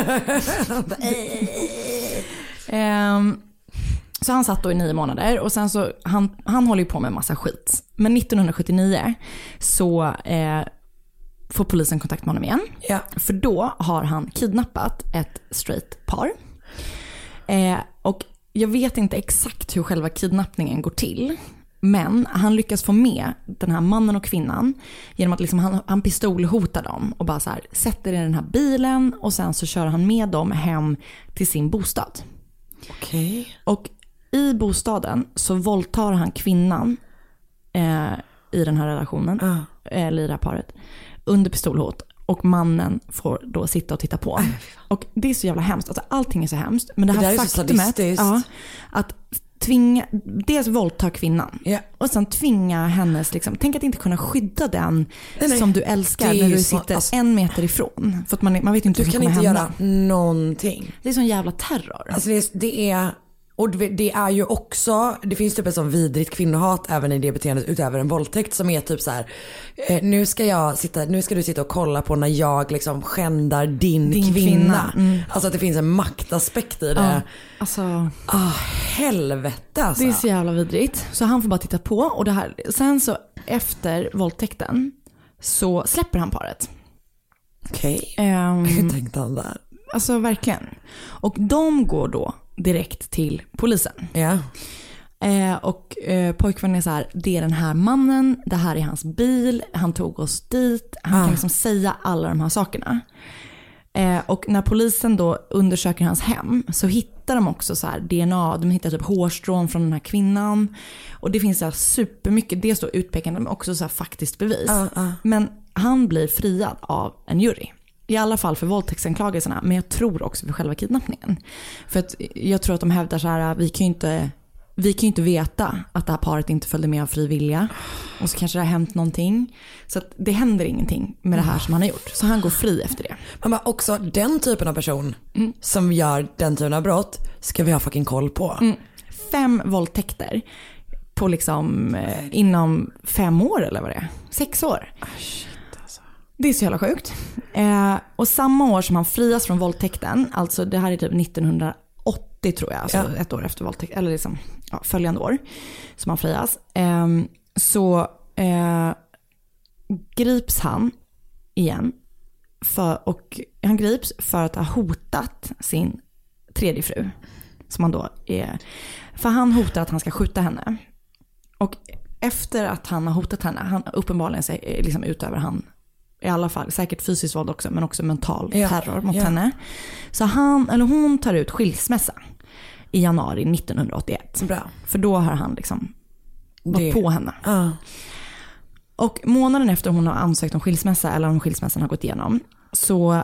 [SPEAKER 2] Så han satt då i 9 månader och sen så han håller ju på med massa skit. Men 1979 så får polisen kontakt med honom igen. För då har han kidnappat ett straight par. Och jag vet inte exakt hur själva kidnappningen går till. Men han lyckas få med den här mannen och kvinnan genom att liksom han pistolhotar dem och bara så här, sätter i den här bilen och sen så kör han med dem hem till sin bostad.
[SPEAKER 3] Okej.
[SPEAKER 2] Och i bostaden så våldtar han kvinnan i den här relationen eller i det här paret under pistolhot. Och mannen får då sitta och titta på. Och det är så jävla hemskt. Alltså, allting är så hemskt. Men det här faktumet att tvinga, dels våldta kvinnan. Yeah. Och sen tvinga hennes, liksom, tänk att inte kunna skydda den som du älskar när du sitter alltså, 1 meter ifrån. För att man vet inte hur det kommer hända. Du kan inte
[SPEAKER 3] göra någonting.
[SPEAKER 2] Det är sån jävla terror.
[SPEAKER 3] Alltså det är... Och det är ju också, det finns typ ett sån vidrigt kvinnohat även i det beteendet utöver en våldtäkt som är typ så här: nu ska du sitta och kolla på när jag liksom skändar din kvinna. Alltså att det finns en maktaspekt i det.
[SPEAKER 2] Alltså,
[SPEAKER 3] helvete alltså.
[SPEAKER 2] Det är så jävla vidrigt. Så han får bara titta på och det här. Sen så efter våldtäkten så släpper han paret.
[SPEAKER 3] Okej. Hur tänkte han där?
[SPEAKER 2] Alltså verkligen. Och de går då direkt till polisen.
[SPEAKER 3] Ja.
[SPEAKER 2] Och pojkvännen är så här: det är den här mannen, det här är hans bil, han tog oss dit, han kan liksom säga alla de här sakerna. Och när polisen då undersöker hans hem så hittar de också så här DNA, de hittar typ hårstrån från den här kvinnan. Och det finns så här supermycket, det står utpekande men också så här faktiskt bevis. Men han blir friad av en jury. I alla fall för våldtäktsanklagelserna, men jag tror också för själva kidnappningen. För att jag tror att de hävdar så här: vi kan ju inte veta att det här paret inte följde med av fri vilja. Och så kanske det har hänt någonting. Så att det händer ingenting med det här som han har gjort. Så han går fri efter det.
[SPEAKER 3] Men också den typen av person som gör den typen av brott ska vi ha fucking koll på.
[SPEAKER 2] 5 våldtäkter på liksom inom 5 år eller vad det är. 6 år. Det är så jävla sjukt. Och samma år som han frias från våldtäkten, alltså det här är typ 1980 tror jag, alltså ett år efter våldtäkt, eller liksom, följande år som han frias, så grips han igen och han grips för att ha hotat sin tredje fru, som han då är, för han hotar att han ska skjuta henne. Och efter att han har hotat henne, han uppenbarligen sig liksom utöver han i alla fall, säkert fysiskt våld också, men också mental terror mot henne. Så hon tar ut skilsmässa i januari 1981.
[SPEAKER 3] Bra.
[SPEAKER 2] För då har han liksom gått på henne. Och månaden efter hon har ansökt om skilsmässa, eller om skilsmässan har gått igenom, så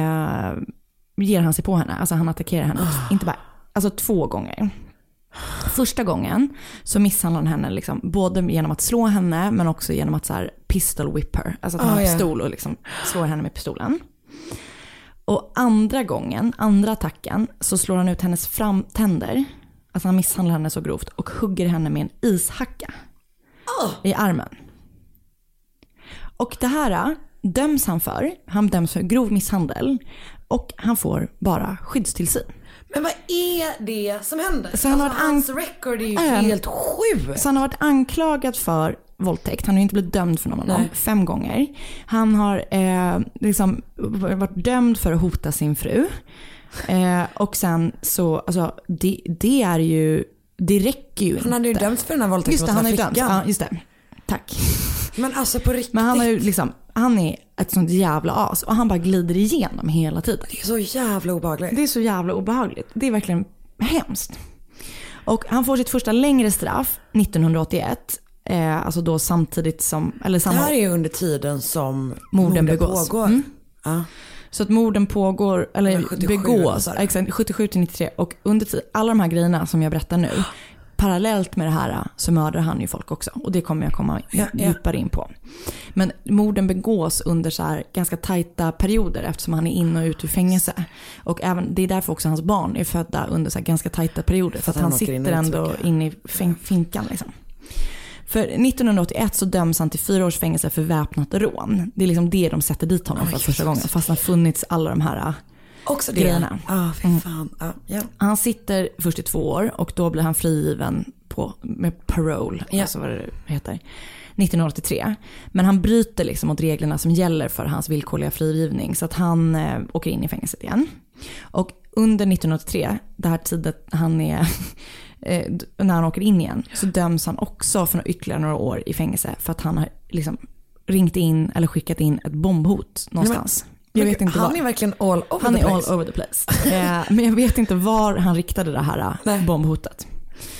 [SPEAKER 2] ger han sig på henne. Alltså han attackerar henne, inte bara, alltså 2 gånger. Första gången så misshandlar han henne liksom, både genom att slå henne men också genom att så här pistol whip her, alltså att han har pistol och liksom slår henne med pistolen. Och andra attacken, så slår han ut hennes framtänder, alltså han misshandlar henne så grovt och hugger henne med en ishacka i armen. Och det här döms han för grov misshandel och han får bara skyddstillsyn.
[SPEAKER 3] Men vad är det som händer?
[SPEAKER 2] Så
[SPEAKER 3] hans record är ju helt sjukt.
[SPEAKER 2] Så han har varit anklagad för våldtäkt. Han har ju inte blivit dömd för någon 5 gånger. Han har liksom varit dömd för att hota sin fru. Och sen så, alltså det är ju, det räcker ju inte.
[SPEAKER 3] Han hade ju dömts för den här våldtäkten.
[SPEAKER 2] Just det, han är dömd. Ja, just det. Tack.
[SPEAKER 3] Men alltså på riktigt.
[SPEAKER 2] Men han har ju liksom, han är ett sånt jävla as och han bara glider igenom hela tiden.
[SPEAKER 3] Det är så jävla obehagligt.
[SPEAKER 2] Det är så jävla obehagligt. Det är verkligen hemskt. Och han får sitt första längre straff 1981. Alltså då samtidigt som, eller samma.
[SPEAKER 3] Det här är under tiden som
[SPEAKER 2] morden begås.
[SPEAKER 3] Pågår.
[SPEAKER 2] Så att morden pågår, eller 77, begås, exakt, 77-93. Och under tid, alla de här grejerna som jag berättar nu, parallellt med det här så mördar han ju folk också. Och det kommer jag komma djupare in på. Men morden begås under så här ganska tajta perioder eftersom han är in och ut ur fängelse. Och även, det är därför också hans barn är födda under så här ganska tajta perioder. För att han sitter ändå in i finkan liksom. För 1981 så döms han till 4 års fängelse för väpnat rån. Det är liksom det de sätter dit honom för första gången. Fast det har funnits alla de här
[SPEAKER 3] också
[SPEAKER 2] grejerna.
[SPEAKER 3] Yeah.
[SPEAKER 2] Han sitter först i 2 år och då blir han frigiven med parole. Alltså vad det heter. 1983. Men han bryter liksom mot reglerna som gäller för hans villkorliga frigivning. Så att han åker in i fängelset igen. Och under 1983, det här tiden han är... när han åker in igen så döms han också för ytterligare några år i fängelse för att han har liksom ringt in eller skickat in ett bombhot någonstans. Jag vet inte
[SPEAKER 3] han
[SPEAKER 2] var.
[SPEAKER 3] Är verkligen all over
[SPEAKER 2] han
[SPEAKER 3] the place.
[SPEAKER 2] Han är all over the place. Men jag vet inte var han riktade det här bombhotet.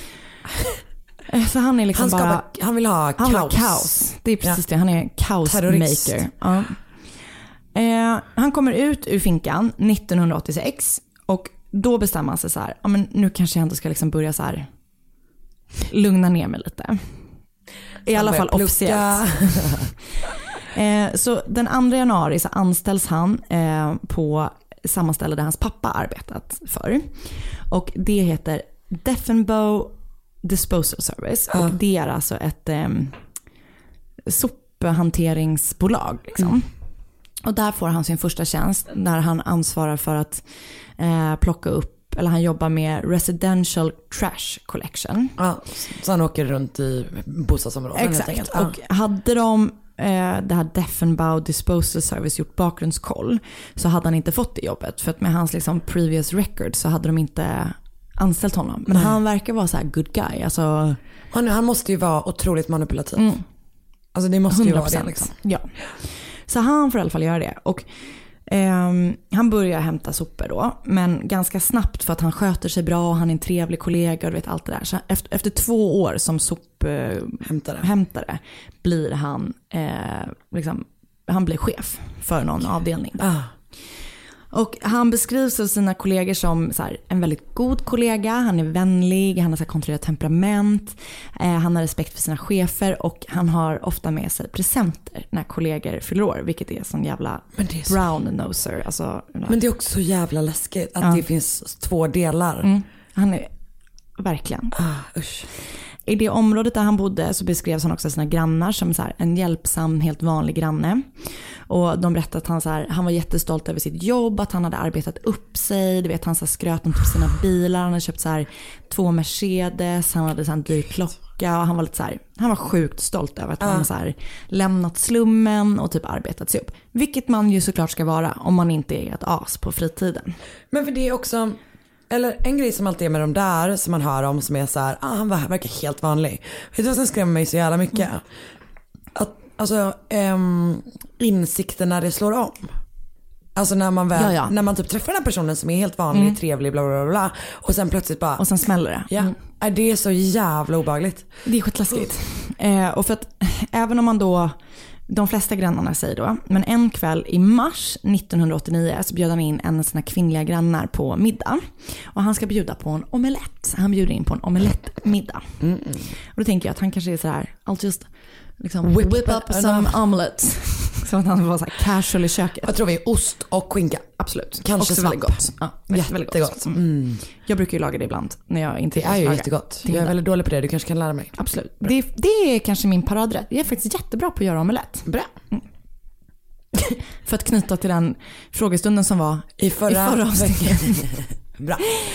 [SPEAKER 2] Så han är liksom
[SPEAKER 3] han vill ha kaos.
[SPEAKER 2] Det är precis det. Han är kaosmaker. Ja. Han kommer ut ur finkan 1986 och då bestämmer han sig så här, ja men nu kanske jag ändå ska liksom börja så här lugna ner mig lite. I alla fall officiellt. Så den 2 januari så anställs han på samma ställe där hans pappa arbetat för. Och det heter Defenbow Disposal Service. Och det är alltså ett sophanteringsbolag liksom. Och där får han sin första tjänst där han ansvarar för att plocka upp, eller han jobbar med residential trash collection.
[SPEAKER 3] Ja, så han åker runt i bostadsområden.
[SPEAKER 2] Exakt. Och hade de det här Defenbow Disposal Service gjort bakgrundskoll så hade han inte fått det jobbet. För att med hans liksom previous record så hade de inte anställt honom. Men han verkar vara så här good guy. Alltså,
[SPEAKER 3] han måste ju vara otroligt manipulativ. Alltså det måste ju 100%. Vara det liksom.
[SPEAKER 2] Ja. Så han får i alla fall göra det. Och han börjar hämta sopor då. Men ganska snabbt för att han sköter sig bra och han är en trevlig kollega och du vet allt det där. Så efter 2 år som sophämtare blir han liksom, han blir chef för någon avdelning. Och han beskrivs av sina kollegor som så här, en väldigt god kollega. Han är vänlig, han har så här kontrollerat temperament. Han har respekt för sina chefer och han har ofta med sig presenter när kollegor fyller år. Vilket är sån jävla brown-noser. Alltså,
[SPEAKER 3] men det är också så jävla läskigt att det finns 2 delar.
[SPEAKER 2] Han är verkligen.
[SPEAKER 3] Usch.
[SPEAKER 2] I det området där han bodde så beskrevs han också sina grannar som så här, en hjälpsam, helt vanlig granne. Och de berättade att han, så här, han var jättestolt över sitt jobb, att han hade arbetat upp sig. Du vet, han så här, skröt om typ sina bilar. Han hade köpt så här, 2 Mercedes, han hade så här, en dyr klocka. Och han var lite så här, han var sjukt stolt över att han så här, lämnat slummen och typ arbetat sig upp. Vilket man ju såklart ska vara om man inte är ett as på fritiden.
[SPEAKER 3] Men för det är också... Eller en grej som alltid är med de där som man hör om som är så här, han verkar helt vanlig. Vet du vad som skrämmer mig så jävla mycket? Att, alltså insikten när det slår om. Alltså när man väl, när man typ träffar den här personen som är helt vanlig, trevlig, bla bla bla, och sen plötsligt bara...
[SPEAKER 2] Och sen smäller det.
[SPEAKER 3] Ja, det är så jävla obehagligt.
[SPEAKER 2] Det är skitläskigt. Och för att även om man då... De flesta grannarna säger då, men en kväll i mars 1989 så bjöd han in en av sina kvinnliga grannar på middag. Och han ska bjuda på en omelett. Han bjuder in på en omelettmiddag. Och då tänker jag att han kanske är så här, I'll just liksom whip up some omelette. Så att han var så här casual i köket.
[SPEAKER 3] Jag tror vi är ost och skinka.
[SPEAKER 2] Absolut.
[SPEAKER 3] Kanske
[SPEAKER 2] också väldigt gott. Ja, väldigt gott. Jag brukar ju laga det ibland när jag inte
[SPEAKER 3] det är ju jättegott. Jag är väldigt dålig på det. Du kanske kan lära mig.
[SPEAKER 2] Absolut. Det är kanske min paradrätt. Jag är faktiskt jättebra på att göra omelett.
[SPEAKER 3] Bra.
[SPEAKER 2] För att knyta till den frågestunden som var
[SPEAKER 3] i förra veckan. Bra.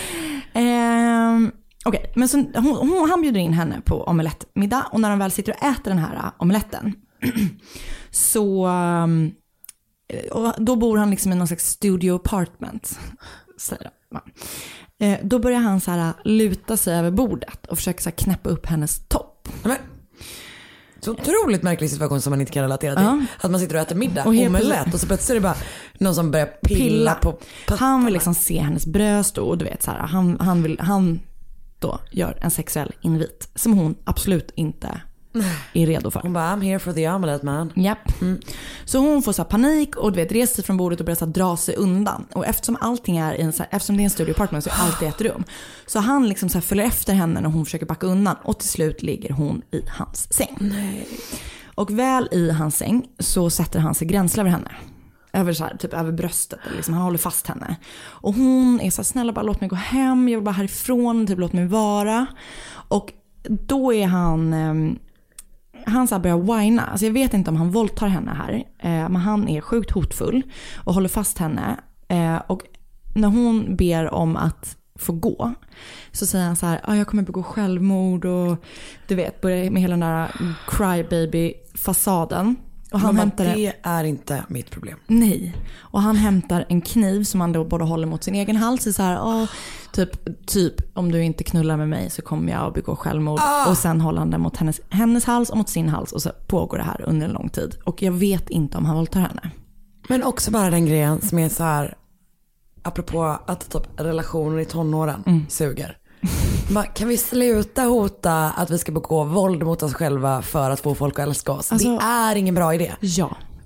[SPEAKER 2] Okej, men så han bjuder in henne på omelettmiddag. Och när de väl sitter och äter den här omeletten så och då bor han liksom i någon slags studio apartment, säger man. Då börjar han så här luta sig över bordet och försöker så här knäppa upp hennes topp.
[SPEAKER 3] Men så otroligt märklig situation som man inte kan relatera till. Att man sitter och äter middag och omelett och så plötsligt är det bara någon som börjar pilla på pattarna.
[SPEAKER 2] Han vill liksom se hennes bröst och du vet så här, han då gör en sexuell invit som hon absolut inte är redo för.
[SPEAKER 3] Hon bara, I'm here for the omelette man.
[SPEAKER 2] Japp. Så hon får så här panik och du vet, reser sig från bordet och börjar så här dra sig undan. Och eftersom allting är eftersom det är en studio apartment så är allt i ett rum. Så han liksom så här följer efter henne när hon försöker backa undan. Och till slut ligger hon i hans säng.
[SPEAKER 3] Nej.
[SPEAKER 2] Och väl i hans säng så sätter han sig gränsle över henne. Över så här, typ över bröstet. Liksom, han håller fast henne. Och hon är så här, snälla bara låt mig gå hem. Jag vill bara härifrån, typ låt mig vara. Och då är han så här börjar whina. Alltså jag vet inte om han våldtar henne här. Men han är sjukt hotfull. Och håller fast henne. Och när hon ber om att få gå. Så säger han så här. Jag kommer begå självmord. Och du vet. Börjar med hela den där crybaby-fasaden. Och han hämtar
[SPEAKER 3] det är inte mitt problem.
[SPEAKER 2] Nej. Och han hämtar en kniv som han då både håller mot sin egen hals. Så här, typ om du inte knullar med mig så kommer jag att begå självmord. Och sen håller han den mot hennes hals och mot sin hals. Och så pågår det här under en lång tid. Och jag vet inte om han våldtar henne.
[SPEAKER 3] Men också bara den grejen som är så här, apropå att typ relationer i tonåren suger. Kan vi sluta hota att vi ska begå våld mot oss själva för att få folk att älska oss? Alltså, det är ingen bra idé.
[SPEAKER 2] Ja.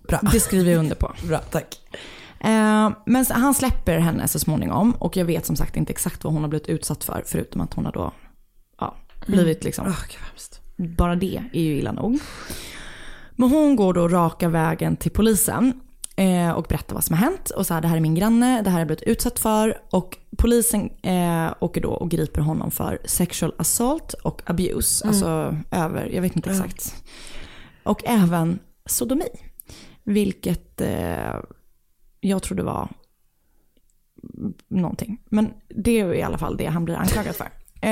[SPEAKER 3] Bra.
[SPEAKER 2] Det skriver jag under på.
[SPEAKER 3] Bra, tack.
[SPEAKER 2] Men han släpper henne så småningom. Och jag vet som sagt inte exakt vad hon har blivit utsatt för. Förutom att hon har då blivit liksom... Bara det är ju illa nog. Men hon går då raka vägen till polisen. Och berättar vad som har hänt. Och så här, det här är min granne, det här har jag blivit utsatt för. Och polisen åker då och griper honom för sexual assault och abuse. Alltså jag vet inte exakt. Och även sodomi. Vilket jag trodde var någonting. Men det är i alla fall det han blir anklagad för.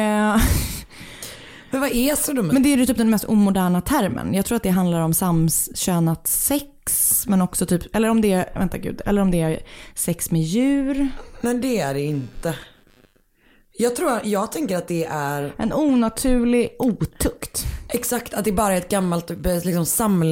[SPEAKER 3] Men vad är sodomi?
[SPEAKER 2] Men det är ju typ den mest omoderna termen. Jag tror att det handlar om samkönat sex. Men också typ, eller om det är sex med djur.
[SPEAKER 3] Men det är det inte. Jag tänker att det är
[SPEAKER 2] en onaturlig otukt.
[SPEAKER 3] Exakt, att det bara är ett gammalt liksom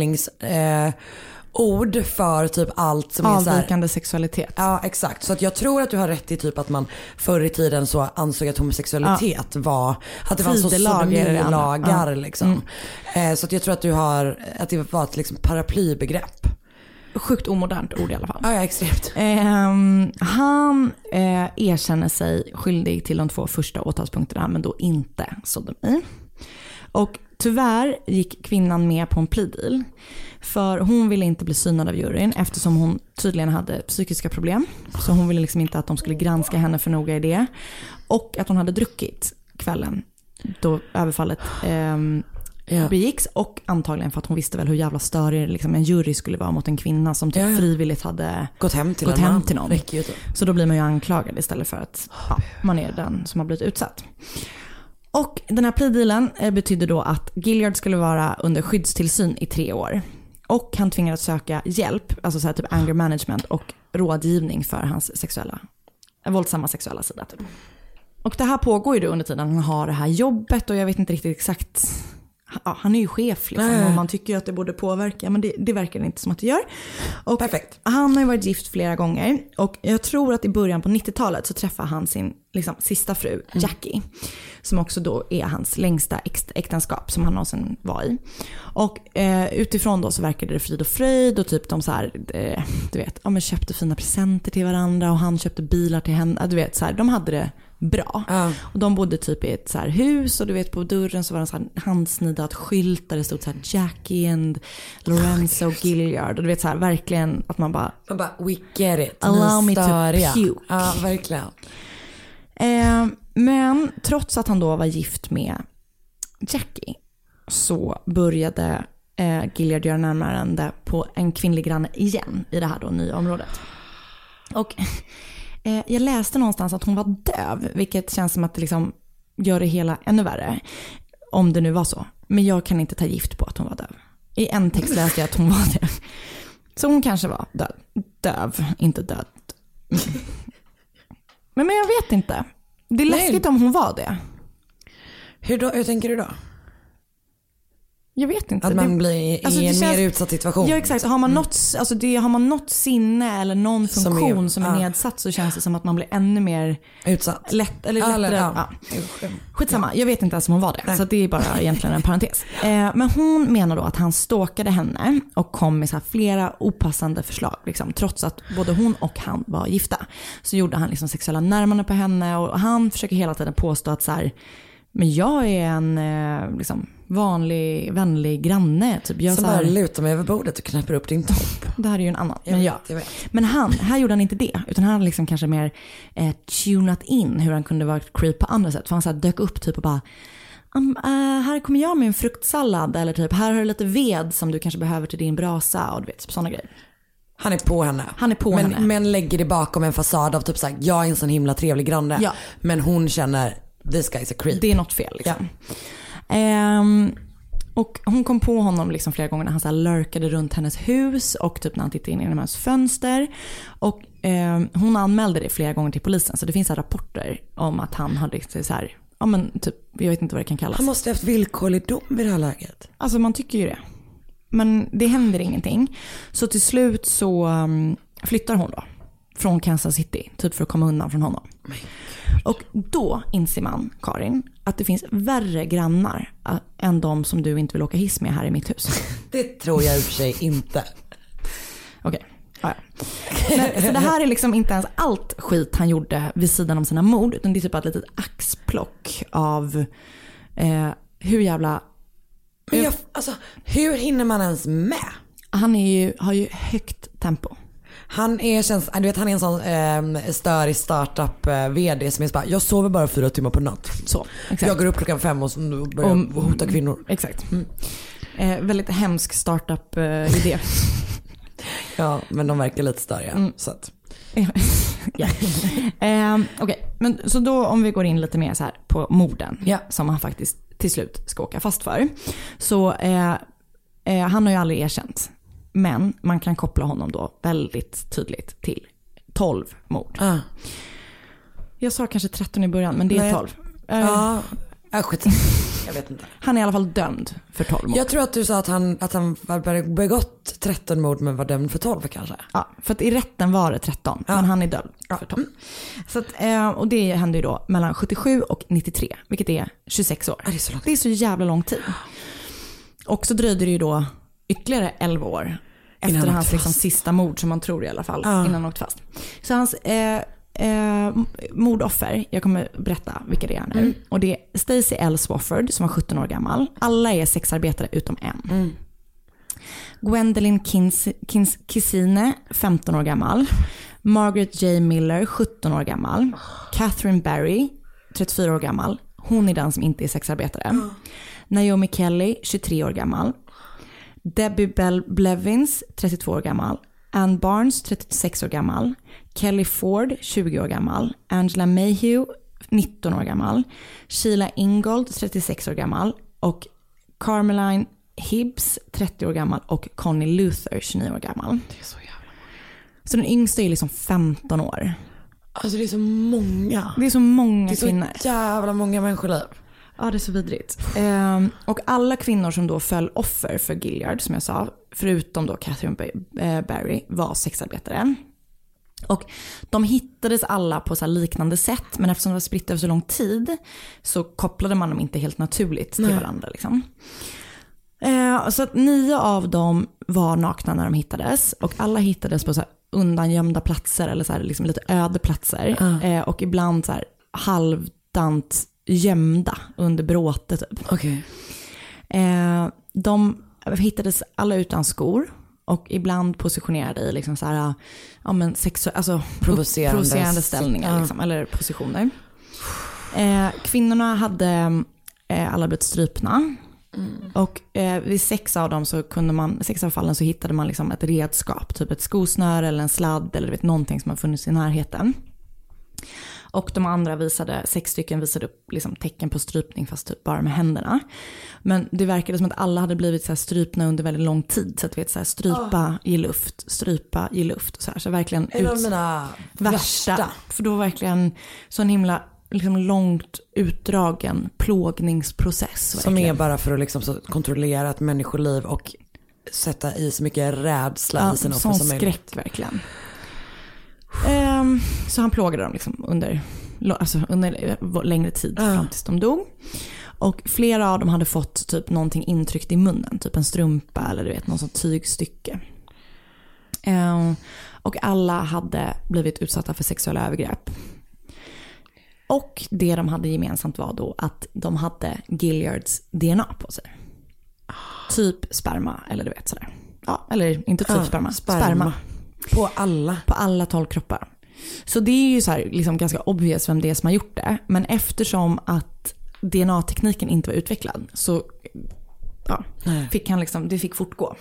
[SPEAKER 3] ord för typ allt som är
[SPEAKER 2] avvikande sexualitet.
[SPEAKER 3] Ja, exakt. Så att jag tror att du har rätt i typ att man förr i tiden så ansåg att homosexualitet var att det var så sodomilagar liksom. Så att jag tror att att det var ett liksom paraplybegrepp.
[SPEAKER 2] Sjukt omodernt ord i alla fall.
[SPEAKER 3] Ja, extremt.
[SPEAKER 2] Han erkänner sig skyldig till de 2 första åtalspunkterna, men då inte sodomi. Och tyvärr gick kvinnan med på en plea deal. För hon ville inte bli synad av juryn eftersom hon tydligen hade psykiska problem. Så hon ville liksom inte att de skulle granska henne för noga i det. Och att hon hade druckit kvällen då överfallet begicks. Och antagligen för att hon visste väl hur jävla störig liksom en jury skulle vara mot en kvinna som typ frivilligt hade
[SPEAKER 3] gått hem till någon.
[SPEAKER 2] Så då blir man ju anklagad istället för att man är den som har blivit utsatt. Och den här plea-dealen betydde då att Gilliard skulle vara under skyddstillsyn i 3 år. Och han tvingades söka hjälp, alltså så här typ anger management och rådgivning för hans våldsamma sexuella sida. Typ. Och det här pågår ju då under tiden han har det här jobbet och jag vet inte riktigt exakt... Ja, han är ju chef liksom, och man tycker ju att det borde påverka, men det verkar inte som att det gör. Och
[SPEAKER 3] perfekt.
[SPEAKER 2] Han har ju varit gift flera gånger och jag tror att i början på 90-talet så träffar han sin liksom, sista fru, Jackie, som också då är hans längsta äktenskap som han någonsin var i. Och utifrån då så verkade det frid och fröjd och typ de så här, du vet, ja, men köpte fina presenter till varandra och han köpte bilar till henne, du vet så här, de hade det bra. Och de bodde typ i ett så här hus och du vet på dörren så var det en så här handsnidat skylt där det stod så här Jackie and Lorenzo Gilliard och du vet så här verkligen att man bara
[SPEAKER 3] we get it.
[SPEAKER 2] Allow me to puke.
[SPEAKER 3] Ja, verkligen.
[SPEAKER 2] Men trots att han då var gift med Jackie så började Gilliard göra närmare på en kvinnlig granne igen i det här då nya området. Och jag läste någonstans att hon var döv, vilket känns som att det liksom gör det hela ännu värre. Om det nu var så. Men jag kan inte ta gift på att hon var döv. I en text läste jag att hon var det. Så hon kanske var döv, inte död. Men jag vet inte. Det är läskigt om hon var det.
[SPEAKER 3] Hur tänker du då?
[SPEAKER 2] Jag vet inte.
[SPEAKER 3] Att man blir i en mer utsatt situation.
[SPEAKER 2] Ja, exakt. Har man något sinne eller någon funktion som är nedsatt så känns det som att man blir ännu mer
[SPEAKER 3] utsatt.
[SPEAKER 2] Lättare. Skitsamma, jag vet inte ens om hon var det. Nej. Så det är bara egentligen en parentes. Men hon menar då att han stalkade henne och kom med så här flera opassande förslag. Liksom. Trots att både hon och han var gifta. Så gjorde han liksom sexuella närmanden på henne. Och han försöker hela tiden påstå att så här, men jag är en liksom vanlig, vänlig granne. Typ. Jag
[SPEAKER 3] som bara lutar mig över bordet och knäpper upp din topp.
[SPEAKER 2] Det här är ju en annan.
[SPEAKER 3] Jag vet.
[SPEAKER 2] Men här gjorde han inte det. Utan han hade liksom kanske mer tunat in hur han kunde vara creep på andra sätt. För han så här dök upp typ och bara här kommer jag med en fruktsallad. Eller typ här har du lite ved som du kanske behöver till din brasa. Och du vet, sådana grejer.
[SPEAKER 3] Han är på henne.
[SPEAKER 2] henne.
[SPEAKER 3] Men lägger det bakom en fasad av typ så här, jag är en sån himla trevlig granne. Ja. Men hon känner this guy's a creep.
[SPEAKER 2] Det är något fel liksom. Och hon kom på honom liksom flera gånger när han så här lurkade runt hennes hus och typ när han tittade in i hennes fönster. Och hon anmälde det flera gånger till polisen. Så det finns så här rapporter om att han hade så här, ja men typ, jag vet inte vad det kan kallas.
[SPEAKER 3] Han måste ha haft villkorlig dom vid det här läget.
[SPEAKER 2] Alltså man tycker ju det. Men det händer ingenting. Så till slut så flyttar hon då från Kansas City typ för att komma undan från honom. Och då inser man, Karin, att det finns värre grannar än de som du inte vill åka hiss med här i mitt hus.
[SPEAKER 3] Det tror jag i och för sig inte.
[SPEAKER 2] Okej. Ja. Så det här är liksom inte ens allt skit han gjorde vid sidan om sina mord, utan det är typ ett litet axplock av hur jävla...
[SPEAKER 3] Men hur hinner man ens med?
[SPEAKER 2] Han har ju högt tempo.
[SPEAKER 3] Han är en sån störig startup-vd som är så bara, jag sover bara 4 timmar på natt.
[SPEAKER 2] Så, exakt.
[SPEAKER 3] Jag går upp 5:00 och så börjar hota kvinnor.
[SPEAKER 2] Exakt. Väldigt hemsk startup-idé.
[SPEAKER 3] Ja, men de verkar lite störiga. Så att.
[SPEAKER 2] Okej, men så då om vi går in lite mer så här på morden som han faktiskt till slut ska åka fast för. Så han har ju aldrig erkänt. Men man kan koppla honom då väldigt tydligt till 12 mord. Jag sa kanske 13 i början, men det är 12.
[SPEAKER 3] Jag vet inte.
[SPEAKER 2] Han är i alla fall dömd för 12 mord.
[SPEAKER 3] Jag tror att du sa att han var begått 13 mord men var dömd för 12 kanske.
[SPEAKER 2] Ja, för att i rätten var det 13, men han är dömd för 12. Så att, och det hände ju då mellan 77 och 93, vilket är 26 år. Det är så jävla lång tid. Och så dröjde det ju då ytterligare 11 år efter hans liksom sista mord, som man tror i alla fall, innan han åkte fast. Så hans mordoffer, jag kommer berätta vilka det är nu. Och det är Stacey L. Swofford som var 17 år gammal. Alla är sexarbetare utom en. Gwendolyn Kissine, 15 år gammal. Margaret J. Miller, 17 år gammal. Catherine Barry, 34 år gammal. Hon är den som inte är sexarbetare. Naomi Kelly, 23 år gammal. Debbie Blevins, 32 år gammal. Ann Barnes, 36 år gammal. Kelly Ford, 20 år gammal. Angela Mayhew, 19 år gammal. Sheila Ingold, 36 år gammal. Och Carmeline Hibbs, 30 år gammal. Och Connie Luther, 29 år gammal.
[SPEAKER 3] Det är så jävla många.
[SPEAKER 2] Så den yngsta är liksom 15 år.
[SPEAKER 3] Alltså det är så många.
[SPEAKER 2] Det är så många kvinnor.
[SPEAKER 3] Det är så jävla många människoliv.
[SPEAKER 2] Ja, det är så vidrigt. Och alla kvinnor som då föll offer för Gilliard, som jag sa, förutom då Catherine Barry, var sexarbetare. Och de hittades alla på så här liknande sätt, men eftersom det var spritt över så lång tid så kopplade man dem inte helt naturligt till varandra. Liksom. Så att 9 av dem var nakna när de hittades, och alla hittades på så här undangömda platser eller så här liksom lite öde platser. Och ibland så här halvdant gömda under bråte typ. De hittades alla utan skor och ibland positionerade i liksom så här, ja men alltså provocerande ställningar liksom, eller positioner. Kvinnorna hade alla blivit strypna. Och vid 6 av dem så kunde 6 av fallen så hittade man liksom ett redskap, typ ett skosnöre eller en sladd eller någonting som har funnits i närheten. Och de andra 6 stycken visade upp liksom tecken på strypning, fast typ bara med händerna. Men det verkade som att alla hade blivit så här strypna under väldigt lång tid. Så att så här, strypa i luft. Så verkligen
[SPEAKER 3] mina värsta.
[SPEAKER 2] För då var verkligen så en himla liksom långt utdragen plågningsprocess.
[SPEAKER 3] Som är bara för att liksom så kontrollera ett människoliv och sätta i så mycket rädsla i sina offer som möjligt.
[SPEAKER 2] Skräck verkligen. Så han plågade dem liksom under längre tid fram tills de dog. Och flera av dem hade fått typ någonting intryckt i munnen, typ en strumpa eller någon sån tygstycke. Och alla hade blivit utsatta för sexuella övergrepp. Och det de hade gemensamt var då att de hade Gilliards DNA på sig. Typ sperma eller sådär. Ja, eller inte typ sperma.
[SPEAKER 3] På alla 12 kroppar. Så det är ju så här liksom ganska obvious vem det är som har gjort det. Men eftersom att DNA-tekniken inte var utvecklad så fick han liksom, det fick fortgå.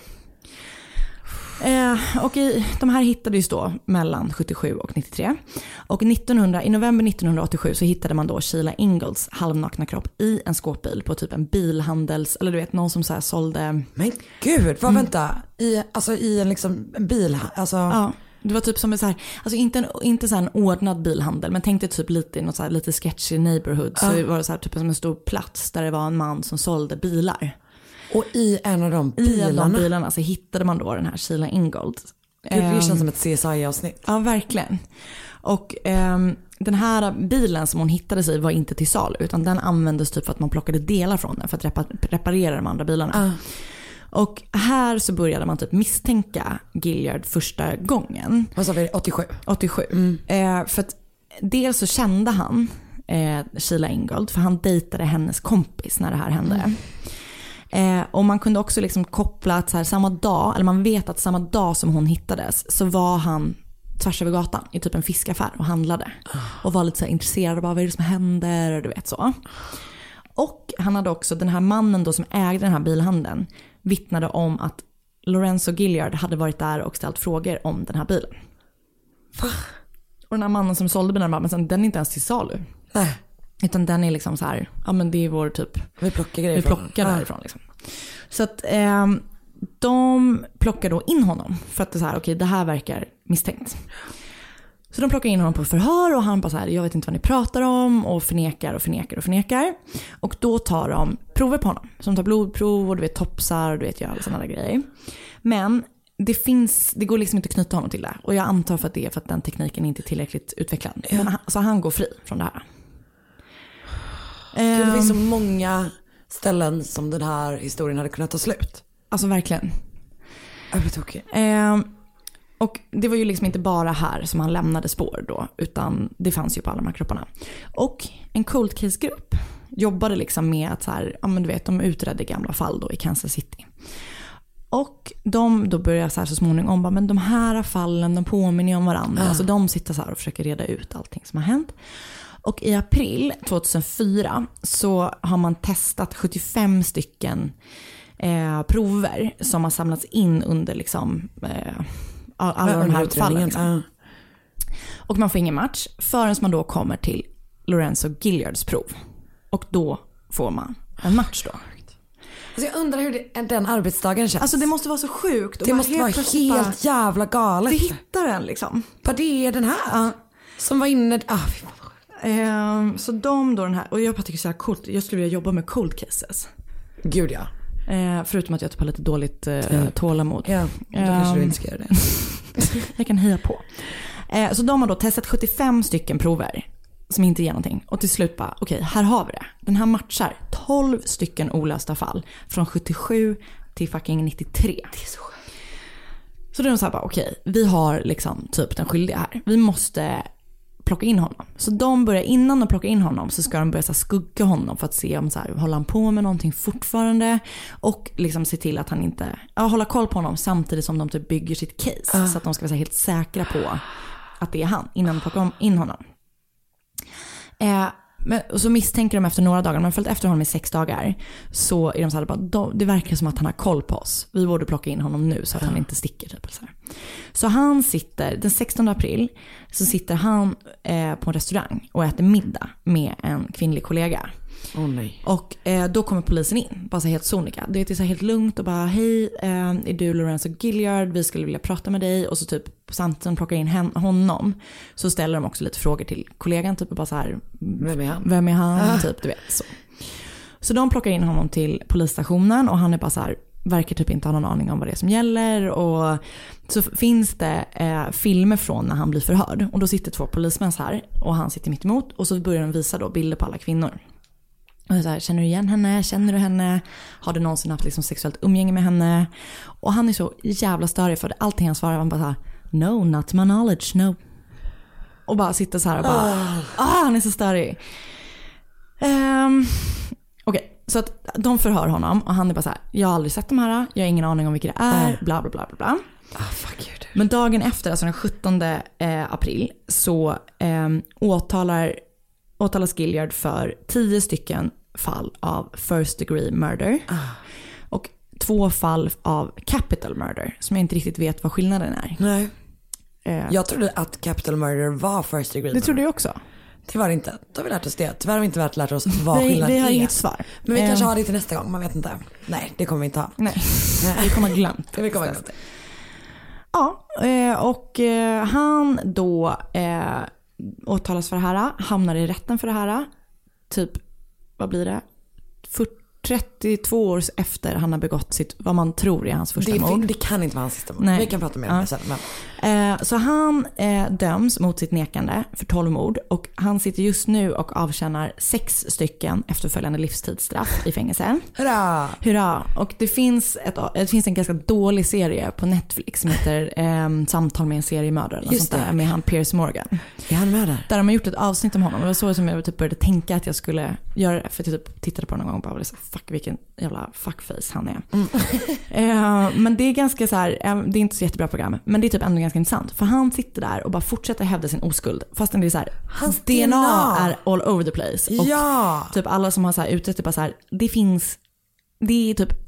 [SPEAKER 3] Och de här hittades då mellan 77 och 93. Och i november 1987 så hittade man då Sheila Ingolds halvnakna kropp i en skåpbil på typ en bilhandels, eller någon som så här sålde. Men gud, vänta, i en liksom bil, alltså.
[SPEAKER 2] Ja, det var typ som en så här, alltså inte så här en ordnad bilhandel, men tänkte typ lite i något så här lite sketchy neighborhood, så var det så här typ som en stor plats där det var en man som sålde bilar.
[SPEAKER 3] Och i en av de bilarna
[SPEAKER 2] så hittade man då den här Sheila Ingold.
[SPEAKER 3] Det känns som ett CSI-avsnitt.
[SPEAKER 2] Ja, verkligen. Och den här bilen som hon hittades i var inte till salu, utan den användes typ för att man plockade delar från den för att reparera de andra bilarna. Och här så började man typ misstänka Gilliard första gången.
[SPEAKER 3] Vad sa vi? 87?
[SPEAKER 2] 87. För att dels så kände han Sheila Ingold, för han dejtade hennes kompis när det här hände. Och man kunde också liksom koppla att så här, samma dag, eller man vet att samma dag som hon hittades så var han tvärs över gatan i typ en fiskaffär och handlade. Och var lite så här intresserad av vad är det som händer och du vet så. Och han hade också, den här mannen då som ägde den här bilhandeln vittnade om att Lorenzo Gilliard hade varit där och ställt frågor om den här bilen.
[SPEAKER 3] Va?
[SPEAKER 2] Och den här mannen som sålde bilen, men sen, den är inte ens till salu.
[SPEAKER 3] Nej.
[SPEAKER 2] Utan den är liksom så här, ja men det är vår typ,
[SPEAKER 3] vi plockar grejer
[SPEAKER 2] vi plockar därifrån liksom. Så att de plockar då in honom för att det är så här, okej, det här verkar misstänkt. Så de plockar in honom på förhör och han bara så här, jag vet inte vad ni pratar om, och förnekar. Och då tar de prover på honom. Så de tar blodprov och du vet topsar och du vet gör alla sådana där grejer. Men det går liksom inte att knyta honom till det. Och jag antar för att det är för att den tekniken inte är tillräckligt utvecklad. Men så han går fri från det här.
[SPEAKER 3] Det finns så många ställen som den här historien hade kunnat ta slut.
[SPEAKER 2] Alltså verkligen. Och det var ju liksom inte bara här som han lämnade spår då, utan det fanns ju på alla de här kropparna. Och en cold case-grupp jobbade liksom med att så här, ja men du vet, de utredde gamla fall då i Kansas City. Och de då börjar så här så småningom bara, men de här fallen, de påminner om varandra. Alltså de sitter så här och försöker reda ut allting som har hänt. Och i april 2004 så har man testat 75 stycken prover som har samlats in under liksom alla de här fallen. Liksom. Och man får ingen match förrän man då kommer till Lorenzo Gilliards prov. Och då får man en match då.
[SPEAKER 3] Alltså jag undrar hur den arbetsdagen känns.
[SPEAKER 2] Alltså det måste vara så sjukt.
[SPEAKER 3] Det måste vara helt jävla galet.
[SPEAKER 2] Vi hittar den liksom.
[SPEAKER 3] Vad det är den här? Som var inne...
[SPEAKER 2] Så de då den här... Och jag tycker så här coolt. Jag skulle vilja jobba med cold cases.
[SPEAKER 3] Gud ja.
[SPEAKER 2] Förutom att jag typ har lite dåligt tålamod.
[SPEAKER 3] Ja, då kanske du inte ska göra det.
[SPEAKER 2] Jag kan heja på. Så de har då testat 75 stycken prover som inte ger någonting. Och till slut bara, okej, här har vi det. Den här matchar 12 stycken olösta fall från 77 till fucking 93. Det är så sjukt. Så då är de så här bara, okej, vi har liksom typ den skyldiga här. Vi måste plocka in honom. Så de börjar, innan de plockar in honom så ska de börja så här skugga honom för att se om så här, håller han på med någonting fortfarande, och liksom se till att han inte, hålla koll på honom samtidigt som de typ bygger sitt case så att de ska vara helt säkra på att det är han innan de plockar in honom. Och så misstänker de efter några dagar, man har följt efter honom i 6 dagar, så är de så här bara, det verkar som att han har koll på oss. Vi borde plocka in honom nu så att han inte sticker typ så här. Så han sitter, den 16 april så sitter han på en restaurang och äter middag med en kvinnlig kollega.
[SPEAKER 3] Nej.
[SPEAKER 2] Och då kommer polisen in, bara så helt sonika. Det är så helt lugnt och bara, hej, är du Lorenzo Gilliard? Vi skulle vilja prata med dig. Och så typ samtidigt som de plockar in honom så ställer de också lite frågor till kollegan, typ bara så här, vem är han? Typ, du vet så. Så de plockar in honom till polisstationen och han är bara så här, verkar typ inte ha någon aning om vad det är som gäller. Och så finns det filmer från när han blir förhörd, och då sitter 2 polismän här och han sitter mitt emot, och så börjar de visa då bilder på alla kvinnor. Och så här, känner du igen henne? Känner du henne? Har du någonsin haft liksom sexuellt umgänge med henne? Och han är så jävla störig för det. Allting han svarar, han bara så här, no, not to my knowledge, no. Och bara sitter så här och bara, han är så störig. Okej, så att de förhör honom och han är bara så här, jag har aldrig sett de här, jag har ingen aning om vilka det är, bla bla bla bla bla.
[SPEAKER 3] Fuck you, dude.
[SPEAKER 2] Men dagen efter, alltså den 17 april, så åtalas Gilliard för 10 stycken fall av first degree murder och 2 fall av capital murder, som jag inte riktigt vet vad skillnaden är.
[SPEAKER 3] Nej. Jag trodde att capital murder var first degree murder.
[SPEAKER 2] Det trodde jag också.
[SPEAKER 3] Det var det inte. Då har vi lärt oss det. Tyvärr har vi inte lärt oss vad skillnaden är.
[SPEAKER 2] Vi har inget svar.
[SPEAKER 3] Men vi kanske har det till nästa gång, man vet inte. Nej, det kommer vi inte ha.
[SPEAKER 2] Nej, vi kommer ha glömt.
[SPEAKER 3] Vi kommer ha glömt det.
[SPEAKER 2] Ja, och han då åtalas för det här, hamnar i rätten för det här. Typ, vad blir det? 32 år efter han har begått sitt, vad man tror är hans första mord.
[SPEAKER 3] Det kan inte vara hans sista mord.
[SPEAKER 2] Nej.
[SPEAKER 3] Vi kan prata mer om det sen.
[SPEAKER 2] Så han döms mot sitt nekande för 12 mord och han sitter just nu och avtjänar 6 stycken efterföljande livstidsstraff i fängelse.
[SPEAKER 3] Hurra!
[SPEAKER 2] Hurra! Och det finns en ganska dålig serie på Netflix som heter Samtal med en seriemördare. Just det. Med han Piers Morgan.
[SPEAKER 3] Är han med där?
[SPEAKER 2] Där de har gjort ett avsnitt om honom. Det var så som jag typ började tänka att jag skulle göra det. För att jag typ tittade på den någon gång och bara så, fuck vilken jävla fuckface han är. Men det är ganska så här, det är inte så jättebra program. Men det är typ ändå ganska intressant. För han sitter där och bara fortsätter hävda sin oskuld. Fastän det är så här, hans DNA är all over the place. Och typ alla som har så här ute typ bara så här, det är typ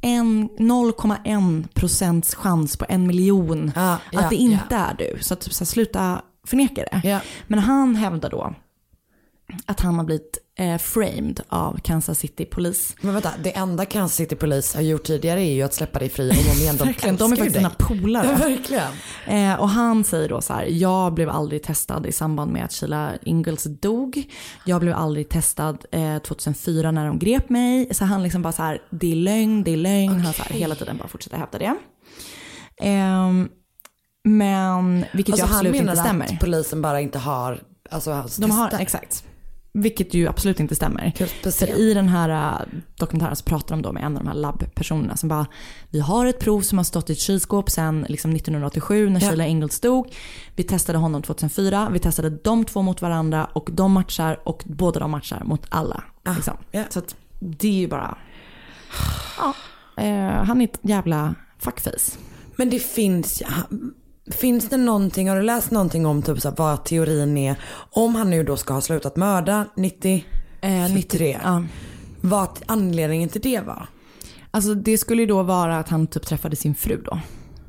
[SPEAKER 2] 0,1% chans på 1 miljon att det inte är du. Så typ så här, sluta förneka det. Men han hävdar då att han har blivit framed av Kansas City polis.
[SPEAKER 3] Men vänta, det enda Kansas City polis har gjort tidigare är ju att släppa dig fri om igen.
[SPEAKER 2] Verkligen, de är faktiskt sina polare.
[SPEAKER 3] Ja, verkligen.
[SPEAKER 2] Och han säger då så här: jag blev aldrig testad i samband med att Sheila Ingalls dog. Jag blev aldrig testad 2004 när de grep mig. Så han liksom bara så här, det är lögn. Okay. Han så här, hela tiden bara fortsätter hävda det. Men vilket ju absolut inte stämmer.
[SPEAKER 3] Att polisen bara inte har, alltså,
[SPEAKER 2] de har, exakt. Vilket ju absolut inte stämmer. För i den här dokumentären så pratar de då med en av de här labbpersonerna som bara, vi har ett prov som har stått i ett kylskåp sedan liksom 1987 när Sheila Ingalls dog. Vi testade honom 2004. Vi testade de 2 mot varandra och de matchar och båda de matchar mot alla. Liksom. Så att det är ju bara han är ett jävla fuckface.
[SPEAKER 3] Men det finns det någonting, har du läst någonting om typ så här, vad teorin är om han nu då ska ha slutat mörda 93? Vad anledningen till det var?
[SPEAKER 2] Alltså det skulle ju då vara att han typ träffade sin fru då.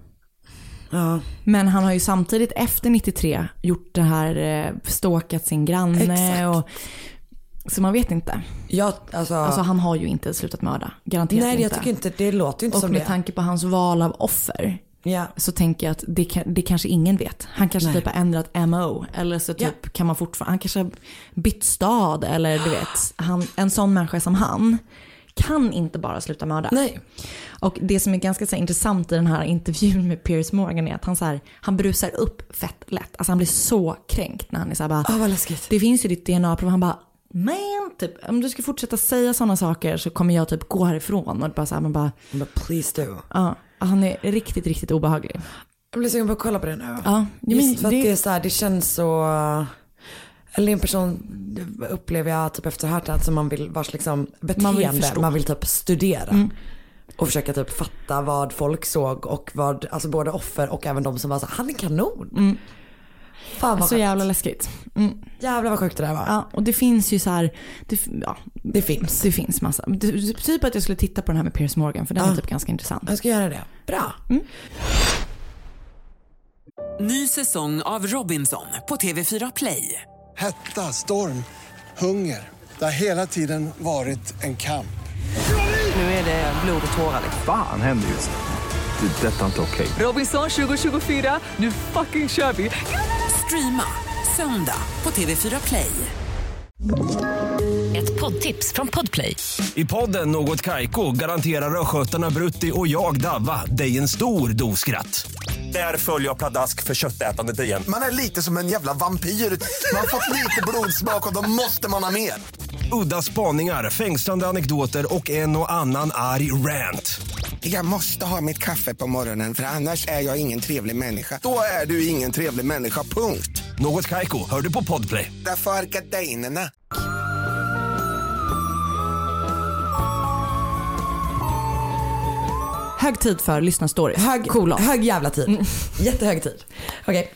[SPEAKER 2] Men han har ju samtidigt efter 93 gjort det här, stalkat sin granne. Och så man vet inte. Alltså han har ju inte slutat mörda, garanterat inte.
[SPEAKER 3] Nej, jag tycker inte, det låter inte som det.
[SPEAKER 2] Och med tanke på hans val av offer så tänker jag att det kanske ingen vet. Han kanske typ har ändrat MO. Eller så typ kan man fortfarande, han kanske har bytt stad. Eller du vet, en sån människa som han kan inte bara sluta mörda.
[SPEAKER 3] Nej.
[SPEAKER 2] Och det som är ganska så här, intressant i den här intervjun med Piers Morgan är att han brusar upp fett lätt. Alltså han blir så kränkt när han är så här bara,
[SPEAKER 3] vad läskigt.
[SPEAKER 2] Det finns ju ditt DNA-prov. Han bara, men typ, om du ska fortsätta säga sådana saker så kommer jag typ gå härifrån. Och bara så här, man bara
[SPEAKER 3] please do.
[SPEAKER 2] Han är riktigt, riktigt obehaglig.
[SPEAKER 3] Jag blir sugen på att kolla på det nu.
[SPEAKER 2] Just
[SPEAKER 3] för att det är så här, det känns så. Eller en person upplever jag typ efter det här som man vill, vars liksom beteende man vill typ studera. Och försöka typ fatta vad folk såg och vad, alltså både offer och även de som var så, han är kanon. Fan vad
[SPEAKER 2] så jävla läskigt.
[SPEAKER 3] Jävlar vad sjukt det där var.
[SPEAKER 2] Ja, och det finns ju så här,
[SPEAKER 3] det finns
[SPEAKER 2] massa. Typ att jag skulle titta på den här med Piers Morgan, för den är typ ganska intressant.
[SPEAKER 3] Jag ska göra det. Bra.
[SPEAKER 1] Ny säsong av Robinson på TV4 Play.
[SPEAKER 4] Hetta, storm, hunger. Det har hela tiden varit en kamp.
[SPEAKER 1] Nu är det blod och tårar.
[SPEAKER 5] Fan händer just det. Detta är inte okej.
[SPEAKER 1] Robinson 2024, nu fucking kör vi. Streama söndag på TV4 Play.
[SPEAKER 6] Ett poddtips från Podplay.
[SPEAKER 9] I podden Något Kaiko garanterar röskötarna Brutti och jag Davva dig en stor doskratt. Där följer jag pladask för köttätandet igen.
[SPEAKER 10] Man är lite som en jävla vampyr. Man har fått lite blodsmak och då måste man ha mer.
[SPEAKER 9] Udda spaningar, fängslande anekdoter och en och annan arg rant.
[SPEAKER 10] Jag måste ha mitt kaffe på morgonen för annars är jag ingen trevlig människa. Då är du ingen trevlig människa, punkt.
[SPEAKER 9] Något Kaiko, hör du på Podplay.
[SPEAKER 10] Därför är gardinerna.
[SPEAKER 2] Hög tid för lyssnarstories.
[SPEAKER 3] Hög jävla tid. Jättehög tid. Okej.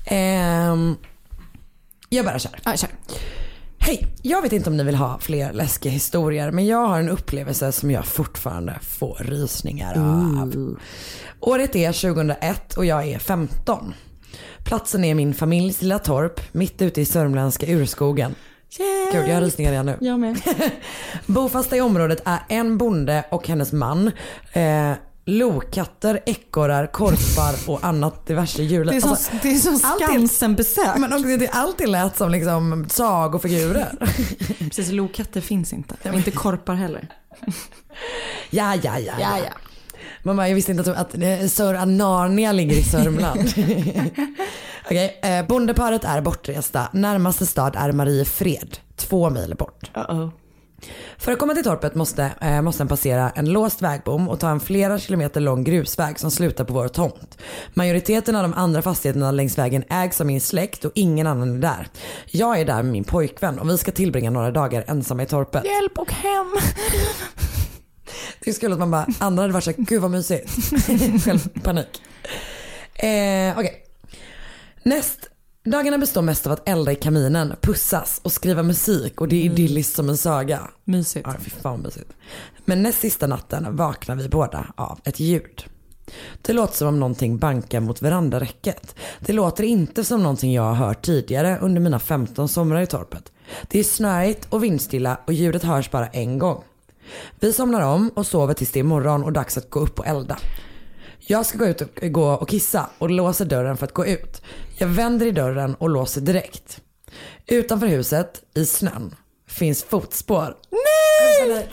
[SPEAKER 3] Jag bara kör.
[SPEAKER 2] Kör.
[SPEAKER 3] Hej, jag vet inte om ni vill ha fler läskiga historier, men jag har en upplevelse som jag fortfarande får rysningar av. Året är 2001 och jag är 15. Platsen är min familjs lilla torp mitt ute i sörmländska urskogen. Gud, jag har rysningar igen nu.
[SPEAKER 2] Jag med.
[SPEAKER 3] Bofasta i området är en bonde och hennes man. Lokatter, ekorrar, korpar och annat diverse djur.
[SPEAKER 2] Det är som Skansen-besök.
[SPEAKER 3] Men också, det är alltid lät som liksom sagofigurer.
[SPEAKER 2] Precis, lokatter finns inte. Inte korpar heller.
[SPEAKER 3] Ja. Mamma, jag visste inte att Sör Anarnia ligger i Sörmland. Okej, bondeparet är bortresta. Närmaste stad är Mariefred, 2 mil bort. För att komma till torpet måste en passera en låst vägbom och ta en flera kilometer lång grusväg som slutar på vår tomt. Majoriteten av de andra fastigheterna längs vägen ägs av min släkt och ingen annan är där. Jag är där med min pojkvän och vi ska tillbringa några dagar ensamma i torpet.
[SPEAKER 2] Hjälp och hem!
[SPEAKER 3] Det skulle att man bara, andra hade varit så, gud vad mysigt. Panik. Okej. Dagarna består mest av att elda i kaminen, pussas och skriva musik och det är idylliskt som en saga.
[SPEAKER 2] Mysigt.
[SPEAKER 3] Ja, fy fan mysigt. Men näst sista natten vaknar vi båda av ett ljud. Det låter som om någonting bankar mot verandaräcket. Det låter inte som någonting jag har hört tidigare under mina 15 somrar i torpet. Det är snöigt och vindstilla och ljudet hörs bara en gång. Vi somnar om och sover tills det är morgon och dags att gå upp och elda. Jag ska gå och kissa och låser dörren för att gå ut. Jag vänder i dörren och låser direkt. Utanför huset, i snön, finns fotspår. Nej!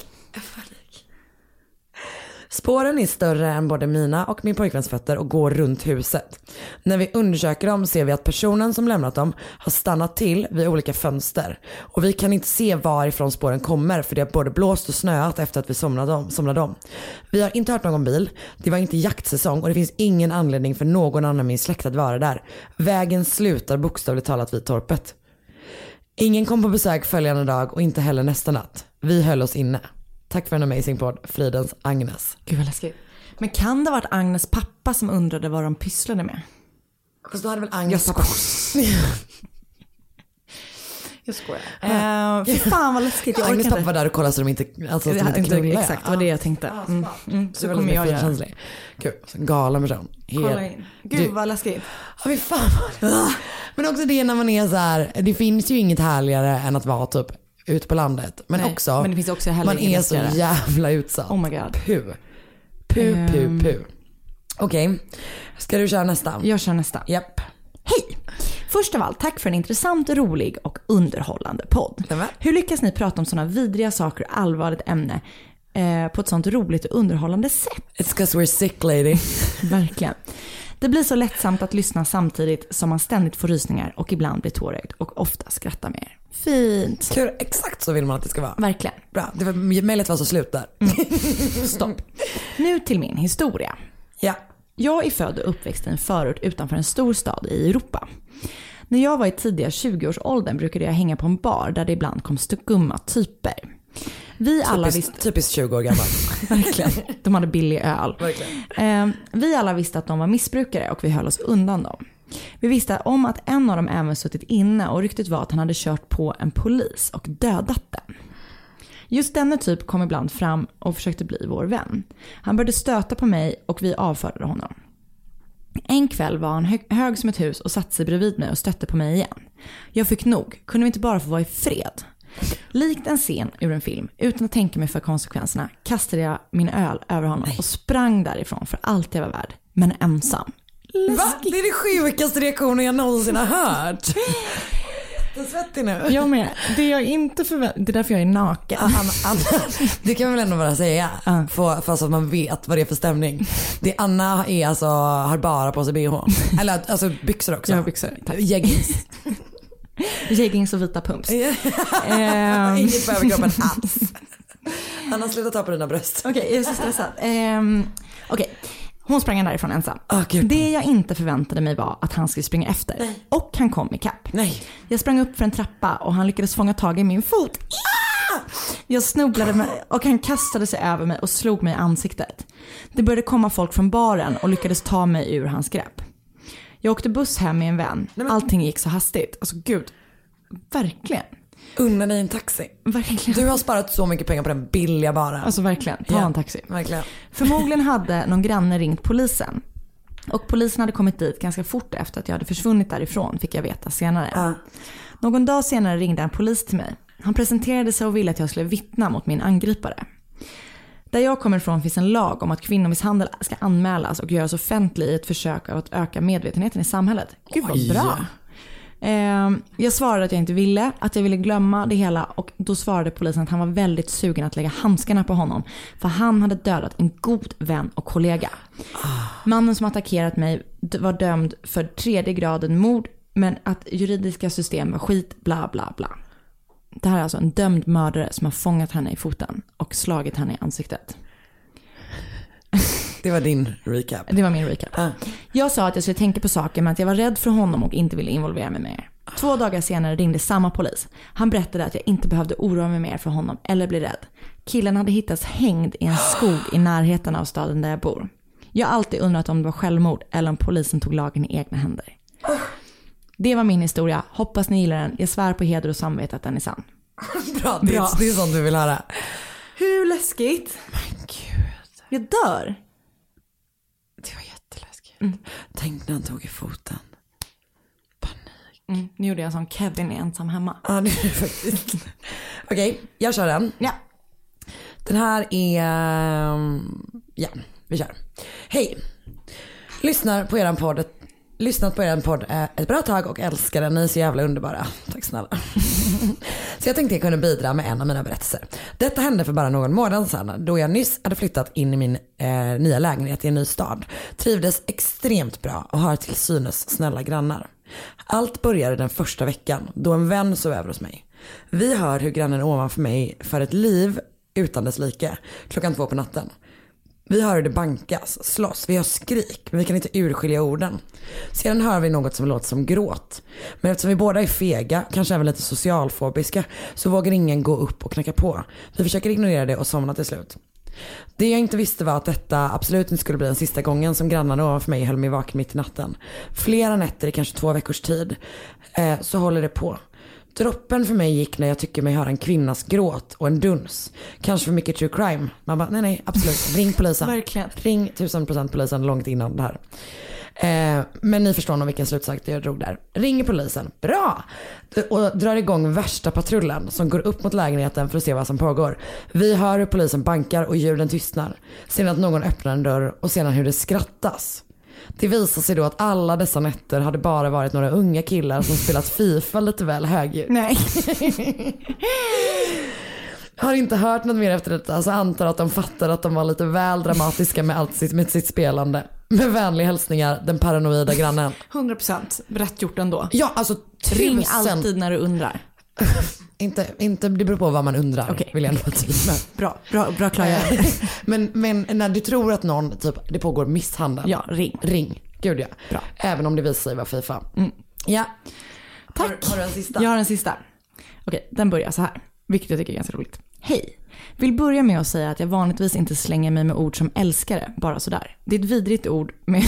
[SPEAKER 3] Spåren är större än både mina och min pojkväns fötter och går runt huset. När vi undersöker dem ser vi att personen som lämnat dem har stannat till vid olika fönster. Och vi kan inte se varifrån spåren kommer för det har både blåst och snöat efter att vi somnade om. Vi har inte hört någon bil, det var inte jaktsäsong och det finns ingen anledning för någon annan min släkt att vara där. Vägen slutar bokstavligt talat vid torpet. Ingen kom på besök följande dag och inte heller nästa natt. Vi höll oss inne. Tack för en amazing podd, Fridens Agnes.
[SPEAKER 2] Gud vad läskigt. Men kan det ha varit Agnes pappa som undrade vad de pysslade med?
[SPEAKER 3] Fast då hade väl Agnes pappa...
[SPEAKER 2] Jag skojar. Fy fan vad läskigt. Jag
[SPEAKER 3] Agnes pappa var där och kollade så de inte, alltså, de inte knullade.
[SPEAKER 2] Exakt, det var det jag tänkte. Så kommer jag göra.
[SPEAKER 3] Gud, galen person.
[SPEAKER 2] Kolla in. Gud vad läskigt.
[SPEAKER 3] Ja, fy fan. Men också det när man är så här, det finns ju inget härligare än att vara typ ut på landet. Men
[SPEAKER 2] nej,
[SPEAKER 3] också,
[SPEAKER 2] men det finns också
[SPEAKER 3] man är så jävla utsatt.
[SPEAKER 2] Oh my god.
[SPEAKER 3] Puh. Okej, ska du köra nästa?
[SPEAKER 2] Jag kör nästa.
[SPEAKER 3] Japp.
[SPEAKER 2] Hej! Först av allt, tack för en intressant, rolig och underhållande podd. Hur lyckas ni prata om sådana vidriga saker och allvarligt ämne på ett sånt roligt och underhållande sätt?
[SPEAKER 3] It's 'cause we're sick, lady.
[SPEAKER 2] Verkligen. Det blir så lättsamt att lyssna samtidigt som man ständigt får rysningar och ibland blir tårögd och ofta skrattar mer. Fint.
[SPEAKER 3] Kul, exakt så vill man att det ska vara.
[SPEAKER 2] Verkligen.
[SPEAKER 3] Bra, mejlet var så slut där.
[SPEAKER 2] Stopp. Nu till min historia.
[SPEAKER 3] Ja.
[SPEAKER 2] Jag är född och uppväxt i en förort utanför en stor stad i Europa. När jag var i tidiga 20-årsåldern brukade jag hänga på en bar där det ibland kom skumma typer. Vi alla visste...
[SPEAKER 3] Typiskt 20 år gammal.
[SPEAKER 2] Verkligen. De hade billig öl.
[SPEAKER 3] Verkligen.
[SPEAKER 2] Vi alla visste att de var missbrukare och vi höll oss undan dem. Vi visste om att en av dem även suttit inne och ryktet var att han hade kört på en polis och dödat den. Just denna typ kom ibland fram och försökte bli vår vän. Han började stöta på mig och vi avfärdade honom. En kväll var han hög som ett hus och satte sig bredvid mig och stötte på mig igen. Jag fick nog. Kunde vi inte bara få vara i fred? Likt en scen ur en film, utan att tänka mig för konsekvenserna, kastade jag min öl över honom och sprang därifrån för allt jag var värd. Men ensam.
[SPEAKER 3] Va? Det är det sjukaste reaktionen jag någonsin har hört. Jag är svettig nu.
[SPEAKER 2] Jag med. Det är jag inte förväntar. Det är därför jag är naken.
[SPEAKER 3] Anna, det kan man väl ändå bara säga. För så att man vet vad det är för stämning. Det Anna är alltså, har bara på sig BH. Eller alltså byxor också.
[SPEAKER 2] Jag har byxor.
[SPEAKER 3] Jeggings.
[SPEAKER 2] Jeggings och vita pumps.
[SPEAKER 3] Inget på överkroppen alls. Anna, sluta ta på dina bröst.
[SPEAKER 2] Okej, jag är så stressad. Okej. Hon sprang därifrån ensam.
[SPEAKER 3] Gud.
[SPEAKER 2] Det jag inte förväntade mig var att han skulle springa efter.
[SPEAKER 3] Nej.
[SPEAKER 2] Och han kom i kapp.
[SPEAKER 3] Nej.
[SPEAKER 2] Jag sprang upp för en trappa och han lyckades fånga tag i min fot. Jag snubblade mig och han kastade sig över mig och slog mig i ansiktet. Det började komma folk från baren och lyckades ta mig ur hans grepp. Jag åkte buss hem med en vän. Allting gick så hastigt. Alltså gud, verkligen.
[SPEAKER 3] Unna dig en taxi.
[SPEAKER 2] Verkligen.
[SPEAKER 3] Du har sparat så mycket pengar på den billiga baren.
[SPEAKER 2] Alltså verkligen, ta en taxi.
[SPEAKER 3] Verkligen.
[SPEAKER 2] Förmodligen hade någon granne ringt polisen. Och polisen hade kommit dit ganska fort efter att jag hade försvunnit därifrån, fick jag veta senare. Någon dag senare ringde en polis till mig. Han presenterade sig och ville att jag skulle vittna mot min angripare. Där jag kommer ifrån finns en lag om att kvinnomisshandel ska anmälas och göras offentlig i ett försök av att öka medvetenheten i samhället. Gud vad bra. Jag svarade att jag inte ville, att jag ville glömma det hela, och då svarade polisen att han var väldigt sugen att lägga handskarna på honom för han hade dödat en god vän och kollega. Mannen som attackerat mig var dömd för 3:e graden mord, men att juridiska system var skit, bla bla bla. Det här är alltså en dömd mördare som har fångat henne i foten och slagit henne i ansiktet.
[SPEAKER 3] Det var din recap.
[SPEAKER 2] Det var min recap. Jag sa att jag skulle tänka på saker, men att jag var rädd för honom och inte ville involvera mig mer. 2 dagar senare ringde samma polis. Han berättade att jag inte behövde oroa mig mer för honom eller bli rädd. Killen hade hittats hängd i en skog i närheten av staden där jag bor. Jag har alltid undrat om det var självmord eller om polisen tog lagen i egna händer. Det var min historia. Hoppas ni gillar den. Jag svär på heder och samvete att den är sann.
[SPEAKER 3] Bra. Det är sånt du vill höra.
[SPEAKER 2] Hur läskigt?
[SPEAKER 3] Men gud.
[SPEAKER 2] Jag dör.
[SPEAKER 3] Det var jätteläskigt. Tänk när han tog i foten. Panik.
[SPEAKER 2] Nu gjorde jag som Kevin är ensam hemma.
[SPEAKER 3] Ja, det är det faktiskt. Okej, jag kör den.
[SPEAKER 2] Ja.
[SPEAKER 3] Den här är... Ja, vi kör. Hej. Lyssnat på er podd ett bra tag och älskar den. Ni är så jävla underbara. Tack snälla. Så jag tänkte jag kunde bidra med en av mina berättelser. Detta hände för bara någon månad sedan, då jag nyss hade flyttat in i min nya lägenhet i en ny stad. Trivdes extremt bra och har till synes snälla grannar. Allt började den första veckan då en vän sov över hos mig. Vi hör hur grannen ovanför mig för ett liv utan dess like 2:00 på natten. Vi hör hur det bankas, slåss, vi har skrik, men vi kan inte urskilja orden. Sedan hör vi något som låter som gråt. Men eftersom vi båda är fega, kanske även lite socialfobiska, så vågar ingen gå upp och knacka på. Vi försöker ignorera det och somna till slut. Det jag inte visste var att detta absolut inte skulle bli den sista gången som grannarna ovanför mig höll mig vaken mitt i natten. Flera nätter i kanske 2 veckors tid så håller det på. Droppen för mig gick när jag tycker mig höra en kvinnas gråt och en duns. Kanske för mycket true crime. Man bara, nej, absolut. Ring polisen.
[SPEAKER 2] Verkligen.
[SPEAKER 3] Ring 1000% polisen långt innan det här. Men ni förstår nog vilken slutsats jag drog där. Ringer polisen. Bra! Och drar igång värsta patrullen som går upp mot lägenheten för att se vad som pågår. Vi hör hur polisen bankar och ljuden tystnar. Sedan att någon öppnar en dörr och sedan hur det skrattas. Det visar sig då att alla dessa nätter hade bara varit några unga killar som spelat FIFA lite väl högljutt.
[SPEAKER 2] Nej.
[SPEAKER 3] Har inte hört något mer efter detta, så antar att de fattar att de var lite väl dramatiska med sitt spelande. Med vänliga hälsningar, den paranoida grannen.
[SPEAKER 2] 100% rätt gjort ändå.
[SPEAKER 3] Ja, alltså 1000.
[SPEAKER 2] Ring alltid när du undrar.
[SPEAKER 3] Inte, det beror på vad man undrar.
[SPEAKER 2] Okay.
[SPEAKER 3] Vill jag ändå säga.
[SPEAKER 2] Bra klargörande.
[SPEAKER 3] men när du tror att någon, typ, det pågår misshandel.
[SPEAKER 2] Ja, ring.
[SPEAKER 3] Gud ja. Bra. Även om det visar sig vara FIFA. Ja.
[SPEAKER 2] Tack.
[SPEAKER 3] Har du en sista?
[SPEAKER 2] Jag har en sista. Okej, den börjar så här. Vilket jag tycker är ganska roligt. Hej. Vill börja med att säga att jag vanligtvis inte slänger mig med ord som älskare. Bara sådär. Det är ett vidrigt ord med...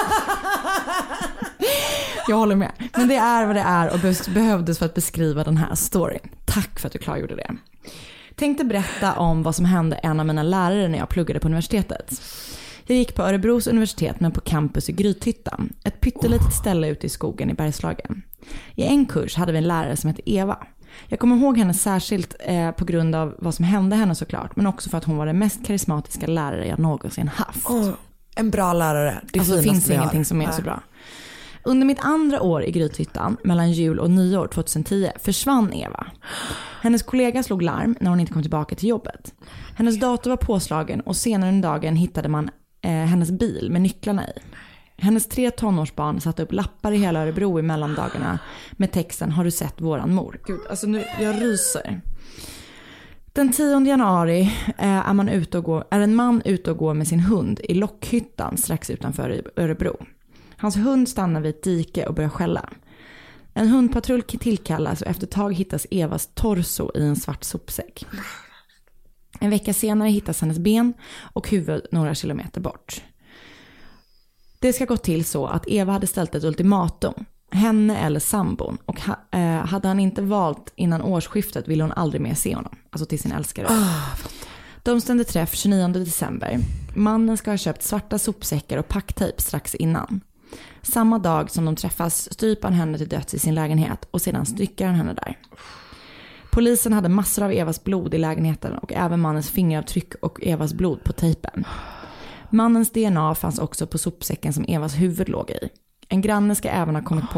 [SPEAKER 2] Jag håller med. Men det är vad det är och behövdes för att beskriva den här storyn. Tack för att du klargjorde det. Tänkte berätta om vad som hände en av mina lärare när jag pluggade på universitetet. Jag gick på Örebros universitet men på campus i Grythyttan. Ett pyttelitet ställe ute i skogen i Bergslagen. I en kurs hade vi en lärare som hette Eva. Jag kommer ihåg henne särskilt på grund av vad som hände henne såklart. Men också för att hon var den mest karismatiska lärare jag någonsin haft.
[SPEAKER 3] En bra lärare.
[SPEAKER 2] Det finns ingenting som är så bra. Under mitt andra år i Grythyttan, mellan jul och nyår 2010, försvann Eva. Hennes kollega slog larm när hon inte kom tillbaka till jobbet. Hennes dator var påslagen och senare den dagen hittade man hennes bil med nycklarna i. Hennes 3 tonårsbarn satte upp lappar i hela Örebro i mellandagarna med texten "Har du sett våran mor?" Gud, alltså nu, jag ryser. Den 10 januari är en man ute och går med sin hund i Lockhyttan strax utanför Örebro. Hans hund stannar vid ett dike och börjar skälla. En hundpatrull tillkallas och efter ett tag hittas Evas torso i en svart sopsäck. En vecka senare hittas hennes ben och huvud några kilometer bort. Det ska gå till så att Eva hade ställt ett ultimatum. Henne eller sambon. Och hade han inte valt innan årsskiftet ville hon aldrig mer se honom. Alltså till sin älskare. De stände träff 29 december. Mannen ska ha köpt svarta sopsäckar och packtejp strax innan. Samma dag som de träffas stryper han henne till döds i sin lägenhet och sedan styckar han henne där. Polisen hade massor av Evas blod i lägenheten och även mannens fingeravtryck och Evas blod på tejpen. Mannens DNA fanns också på sopsäcken som Evas huvud låg i. En granne ska även ha kommit på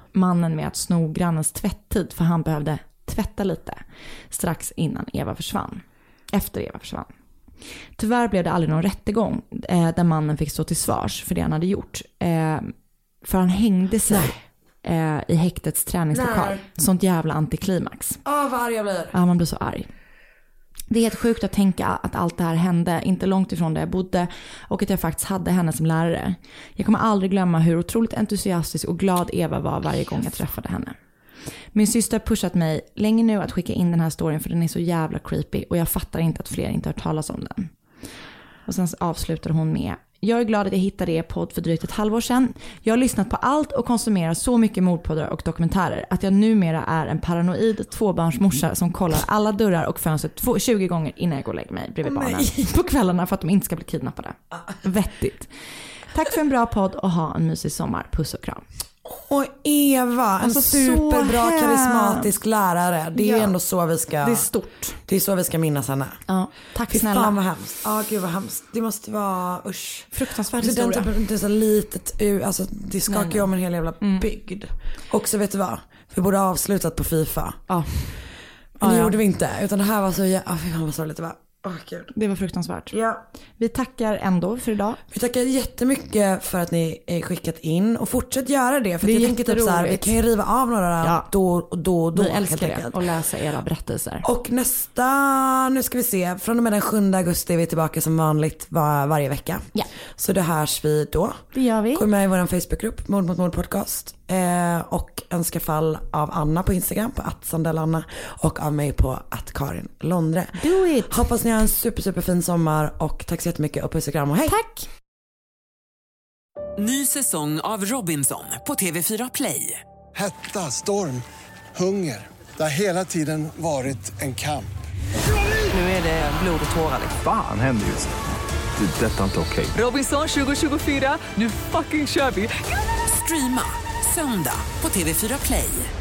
[SPEAKER 2] mannen med att sno grannens tvätttid för han behövde tvätta lite strax innan efter Eva försvann. Tyvärr blev det aldrig någon rättegång där mannen fick stå till svars för det han hade gjort. För han hängde sig i häktets träningslokal. Sånt jävla antiklimax.
[SPEAKER 3] Vad arg jag blir.
[SPEAKER 2] Ja, man blir så arg. Det är helt sjukt att tänka att allt det här hände inte långt ifrån där jag bodde och att jag faktiskt hade henne som lärare. Jag kommer aldrig glömma hur otroligt entusiastisk och glad Eva var varje gång jag träffade henne. Min syster har pushat mig länge nu att skicka in den här storyn för den är så jävla creepy och jag fattar inte att fler inte har hört talas om den. Och sen avslutar hon med: jag är glad att jag hittade er podd för drygt ett halvår sedan. Jag har lyssnat på allt och konsumerar så mycket mordpoddar och dokumentärer att jag numera är en paranoid tvåbarnsmorsa som kollar alla dörrar och fönster 20 gånger innan jag går och lägger mig bredvid barnen på kvällarna för att de inte ska bli kidnappade. Vettigt. Tack för en bra podd och ha en mysig sommar. Puss och kram.
[SPEAKER 3] Och Eva, en superbra karismatisk lärare. Det är ju ändå så vi ska.
[SPEAKER 2] Det är stort.
[SPEAKER 3] Det är så vi ska minnas henne.
[SPEAKER 2] Ja, tack snälla.
[SPEAKER 3] Fan vad hemskt. Ja, gud vad hemskt. Det måste vara
[SPEAKER 2] fruktansvärt
[SPEAKER 3] alltså,
[SPEAKER 2] historia.
[SPEAKER 3] Det är så litet, alltså det skakar ju om en hel jävla bygd. Och så vet du vad? Vi borde ha avslutat på FIFA.
[SPEAKER 2] Ja.
[SPEAKER 3] Men det gjorde vi inte. Utan det här var så fan vad sorgligt det var. Gud.
[SPEAKER 2] Det var fruktansvärt.
[SPEAKER 3] Ja.
[SPEAKER 2] Vi tackar ändå för idag.
[SPEAKER 3] Vi tackar jättemycket för att ni skickat in och fortsätt göra det. För jag tänker typ så här, vi kan ju riva av några då och då.
[SPEAKER 2] Vi älskar det och läsa era berättelser.
[SPEAKER 3] Och nu ska vi se, från och med den 7 augusti är vi tillbaka som vanligt varje vecka.
[SPEAKER 2] Ja.
[SPEAKER 3] Så det hörs vi då.
[SPEAKER 2] Det gör vi.
[SPEAKER 3] Gå med i vår Facebookgrupp, Mord mot mord podcast. Och önska fall av Anna på Instagram på @sandellanna och av mig på @karinlondre.
[SPEAKER 2] Do it.
[SPEAKER 3] Hoppas ni har en superfin sommar och tack så jättemycket och puss och kram och hej.
[SPEAKER 2] Tack.
[SPEAKER 1] Ny säsong av Robinson på TV4 Play.
[SPEAKER 4] Hetta, storm, hunger. Det har hela tiden varit en kamp.
[SPEAKER 1] Nu är det blod och tårar.
[SPEAKER 5] Fan händer just det. Det är detta inte okej.
[SPEAKER 1] Robinson 2024, nu fucking kör vi. Streama söndag på TV4 Play.